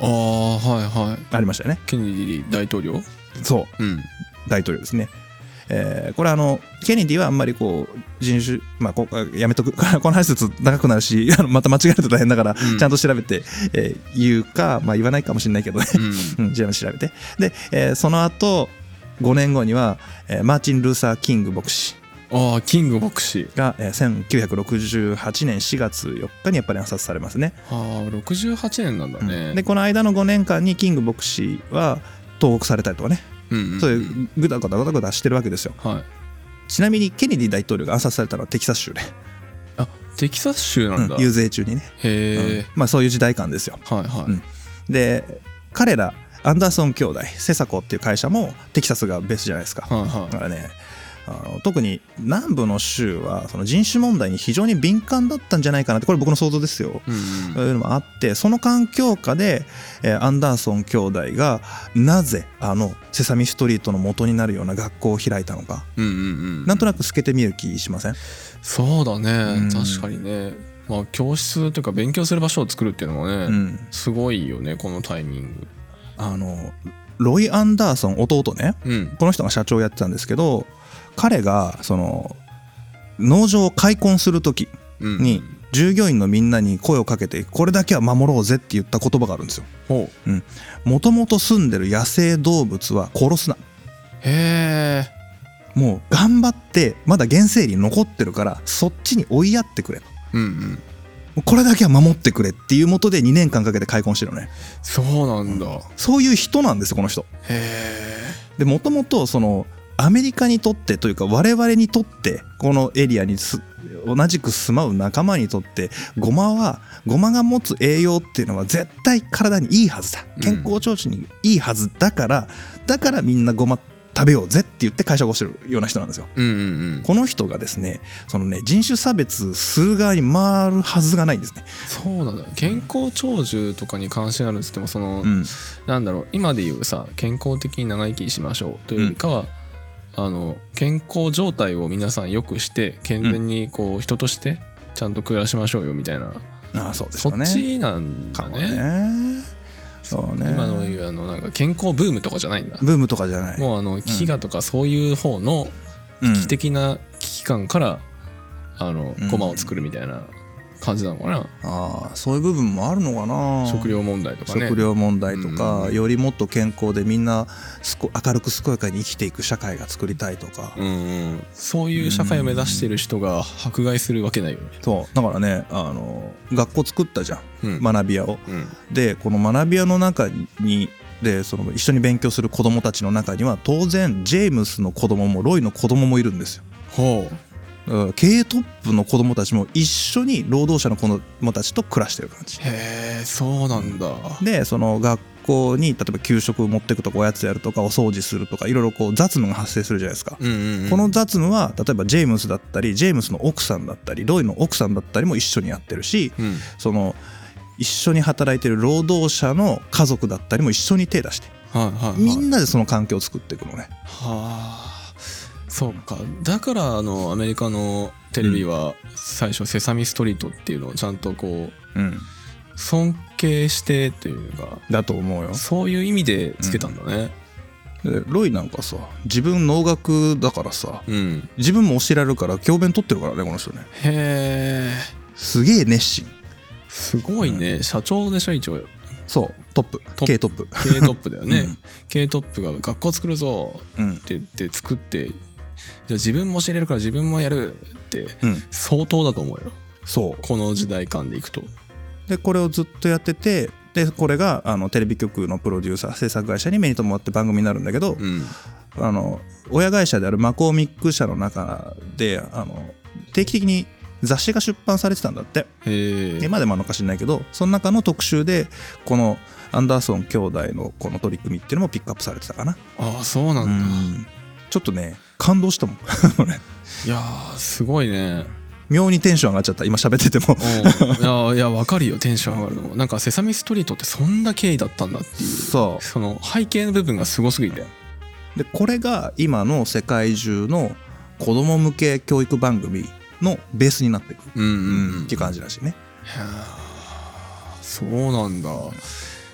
ああはいはい。 ありましたよね。 ケネディ大統領。 そう、うん、大統領ですね。えー、これあのケネディはあんまりこう人種、まあこやめとくこの話すると長くなるしまた間違えると大変だから、うん、ちゃんと調べて、えー、言うか、まあ、言わないかもしれないけどね、うんうん、じゃあ調べてで、えー、その後ごねんごには、えー、マーチン・ルーサー・キング牧師ああキング牧師が、えー、せんきゅうひゃくろくじゅうはちねんしがつよっかにやっぱり暗殺されますね。 ああろくじゅうはちねんなんだね、 うん、でこの間のごねんかんにキング牧師は投獄されたりとかね、うんうんうん、そういうぐだぐだぐだぐだしてるわけですよ、はい。ちなみにケネディ大統領が暗殺されたのはテキサス州で。 あテキサス州なんだ、 うん、遊説中にね。へえ、うん、まあそういう時代感ですよ。はいはい、うん、で彼らアンダーソン兄弟セサコっていう会社もテキサスがベースじゃないですか、はいはい、だからねあの特に南部の州はその人種問題に非常に敏感だったんじゃないかなって、これ僕の想像ですよ、うんうん、そういうのもあって、その環境下で、えー、アンダーソン兄弟がなぜあのセサミストリートの元になるような学校を開いたのか、うんうんうん、なんとなく透けて見える気しません？ そうだね、うん、確かにね、まあ、教室というか勉強する場所を作るっていうのもね、うん、すごいよねこのタイミング。 あのロイ・アンダーソン弟ね、うん、この人が社長をやってたんですけど、彼がその農場を開墾する時に従業員のみんなに声をかけてこれだけは守ろうぜって言った言葉があるんですよ。もともと住んでる野生動物は殺すな。へー。もう頑張ってまだ原生林残ってるからそっちに追いやってくれと、うんうん、これだけは守ってくれっていうもとでにねんかんかけて開墾してるのね。 そうなんだ、うん、 そういう人なんですよこの人。 へー。でもともとそのアメリカにとってというか我々にとってこのエリアにす同じく住まう仲間にとってゴマはゴマが持つ栄養っていうのは絶対体にいいはずだ、健康長寿にいいはずだから、うん、だからみんなゴマ食べようぜって言って会社を起こしてるような人なんですよ、うんうんうん、この人がですねそのね人種差別する側に回るはずがないんですね。 そうなんだ。健康長寿とかに関心あるんですけどもその、うん、なんだろう今で言うさ健康的に長生きしましょうというよりかは、うんあの健康状態を皆さん良くして健全にこう人としてちゃんと暮らしましょうよみたいな、 うん、ああそうですよね、 そっちなんだね。そうね。今の言うあのなんか健康ブームとかじゃないんだ。 ブームとかじゃない。 もうあの飢餓とかそういう方の危機的な危機感から、うん、あのゴマを作るみたいな感じなのかな。 ああそういう部分もあるのかな。 食料問題とかね。 食料問題とか、うん、よりもっと健康でみんなすこ明るく健やかに生きていく社会が作りたいとか、うんうん、 そういう社会を目指している人が迫害するわけないよね。 そうだからねあの学校作ったじゃん、うん、学び屋を、うん、でこの学び屋の中にでその一緒に勉強する子どもたちの中には当然ジェームスの子供もロイの子供もいるんですよ。ほう。経営トップの子供たちも一緒に労働者の子供たちと暮らしてる感じ。 へえそうなんだ。 でその学校に例えば給食持ってくとかおやつやるとかお掃除するとかいろいろこう雑務が発生するじゃないですか、うんうんうん、この雑務は例えばジェームスだったりジェームスの奥さんだったりロイの奥さんだったりも一緒にやってるし、うん、その一緒に働いてる労働者の家族だったりも一緒に手出して、はいはいはい、みんなでその環境を作っていくのね。はあそうか。だからあのアメリカのテレビは最初セサミストリートっていうのをちゃんとこう、うん、尊敬してというかだと思うよ。 そういう意味でつけたんだね、 うん、でロイなんかさ自分農学だからさ、うん、自分も教えられるから教鞭取ってるからねこの人ね。へえすげえ熱心。 すごいね、うん、社長でしょ一応。 そうトップ経営トップ経営トップだよね、うん、経営トップが学校作るぞって言って作って、じゃあ自分も教えれるから自分もやるって相当だと思うよ、うん、そうこの時代間でいくと。 でこれをずっとやっててでこれがあのテレビ局のプロデューサー制作会社に目に留まって番組になるんだけど、うん、あの親会社であるマコーミック社の中であの定期的に雑誌が出版されてたんだって。今でもあるのか知らないけどその中の特集でこのアンダーソン兄弟のこの取り組みっていうのもピックアップされてたかな。 ああそうなんだ。うんちょっとね感動したもんいやーすごいね。 妙にテンション上がっちゃった今喋っててもいやいや分かるよテンション上がるの。なんかセサミストリートってそんな経緯だったんだっていうそうその背景の部分がすごすぎて。 でこれが今の世界中の子供向け教育番組のベースになっていく、うんうんうん、っていう感じらしいね。 そうなんだ。い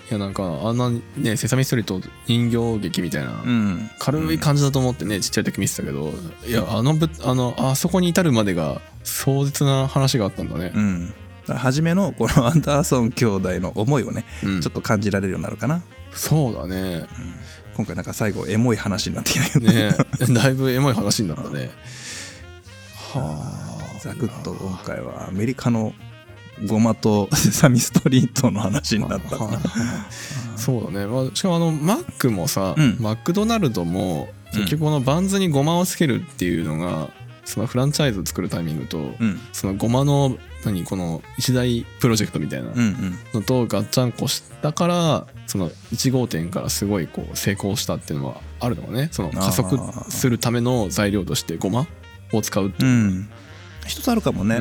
いやなんかあんなねセサミストリート人形劇みたいな軽い感じだと思ってねちっちゃい時見てたけど、いやあのぶあのあそこに至るまでが壮絶な話があったんだね。 うん、初めのこのアンダーソン兄弟の思いをね、うん、ちょっと感じられるようになるかな。 そうだね、うん、 今回なんか最後エモい話になってきたけどねだいぶエモい話になったね。 はあ、ざくっと今回はアメリカのゴマとセサミストリートの話になったかな。 そうだね、まあ、しかもあのマックもさ、うん、マクドナルドも結局このバンズにゴマをつけるっていうのがそのフランチャイズを作るタイミングと、うん、そのゴマの何この一大プロジェクトみたいなのとガッチャンコしたからそのいち号店からすごいこう成功したっていうのはあるのかね。その加速するための材料としてゴマを使うっていう、うん、 一つあるかもね。 うん、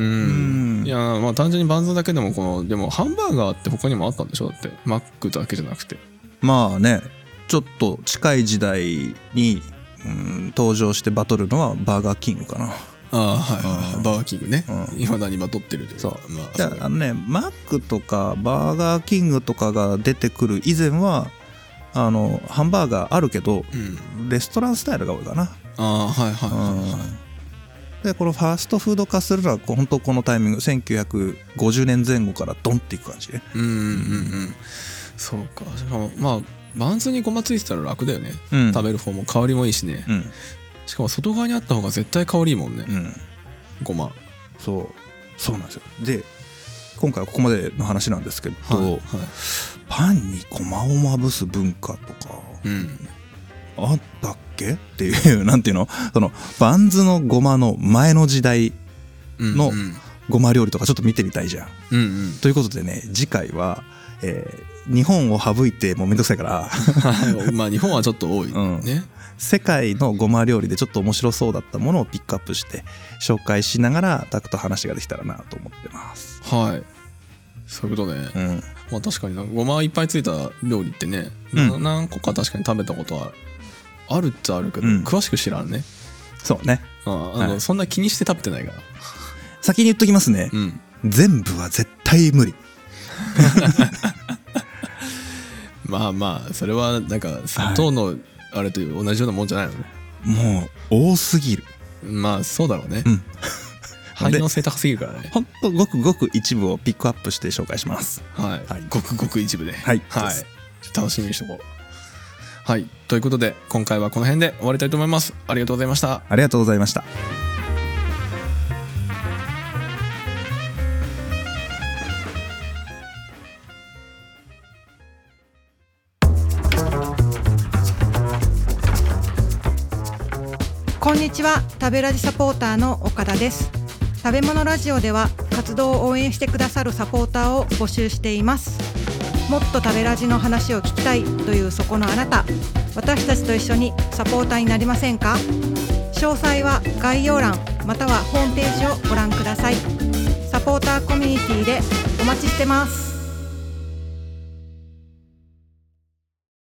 いやまあ単純にバンズだけでもこのでもハンバーガーって他にもあったんでしょ。だってマックだけじゃなくてまあねちょっと近い時代に、うん、登場してバトるのはバーガーキングかな。 ああはい、はい、バーガーキングねいま、うん、だにバトってるというそう、まあ、じゃああのねマックとかバーガーキングとかが出てくる以前はあのハンバーガーあるけど、うん、レストランスタイルが多いかな。ああはいはいはい、はいうん、でこのファーストフード化するのは本当このタイミングせんきゅうひゃくごじゅうねんぜん後からドンっていく感じね。 うんうんうんうんそうか。まあバンズにごまついてたら楽だよね、うん、食べる方も香りもいいしね、うん、しかも外側にあった方が絶対香りいいもんね、うん、ごま。 そうそうなんですよ。で今回はここまでの話なんですけど、はいはい、パンにごまをまぶす文化とか、うん、あったっけっていうなんていうのそのバンズのごまの前の時代のごま料理とかちょっと見てみたいじゃん、うんうん、ということでね次回は、えー、日本を省いてもうめんどくさいからまあ日本はちょっと多いね、うん世界のごま料理でちょっと面白そうだったものをピックアップして紹介しながらタクと話ができたらなと思ってます。 はい、そういうことね、うん、まあ確かにごまいっぱいついた料理ってね、うん、何個か確かに食べたことはあるっちゃあるけど、うん、詳しく知らんね。 そうね、 ああの、はい、そんな気にして食べてないから先に言っときますね、うん、全部は絶対無理まあまあそれはなんか砂糖の、はいあれと同じようなもんじゃないのね。 もう多すぎる。 まあそうだろうね、うん、汎用性高すぎるからね。 ほんとごくごく一部をピックアップして紹介します。 はい、はい、ごくごく一部ではい、 はい、楽しみにしとこう。はいということで今回はこの辺で終わりたいと思います。ありがとうございました。 ありがとうございました。 こんにちは、食べラジサポーターの岡田です。食べ物ラジオでは活動を応援してくださるサポーターを募集しています。もっと食べラジの話を聞きたいというそこのあなた、私たちと一緒にサポーターになりませんか？詳細は概要欄またはホームページをご覧ください。サポーターコミュニティでお待ちしてます。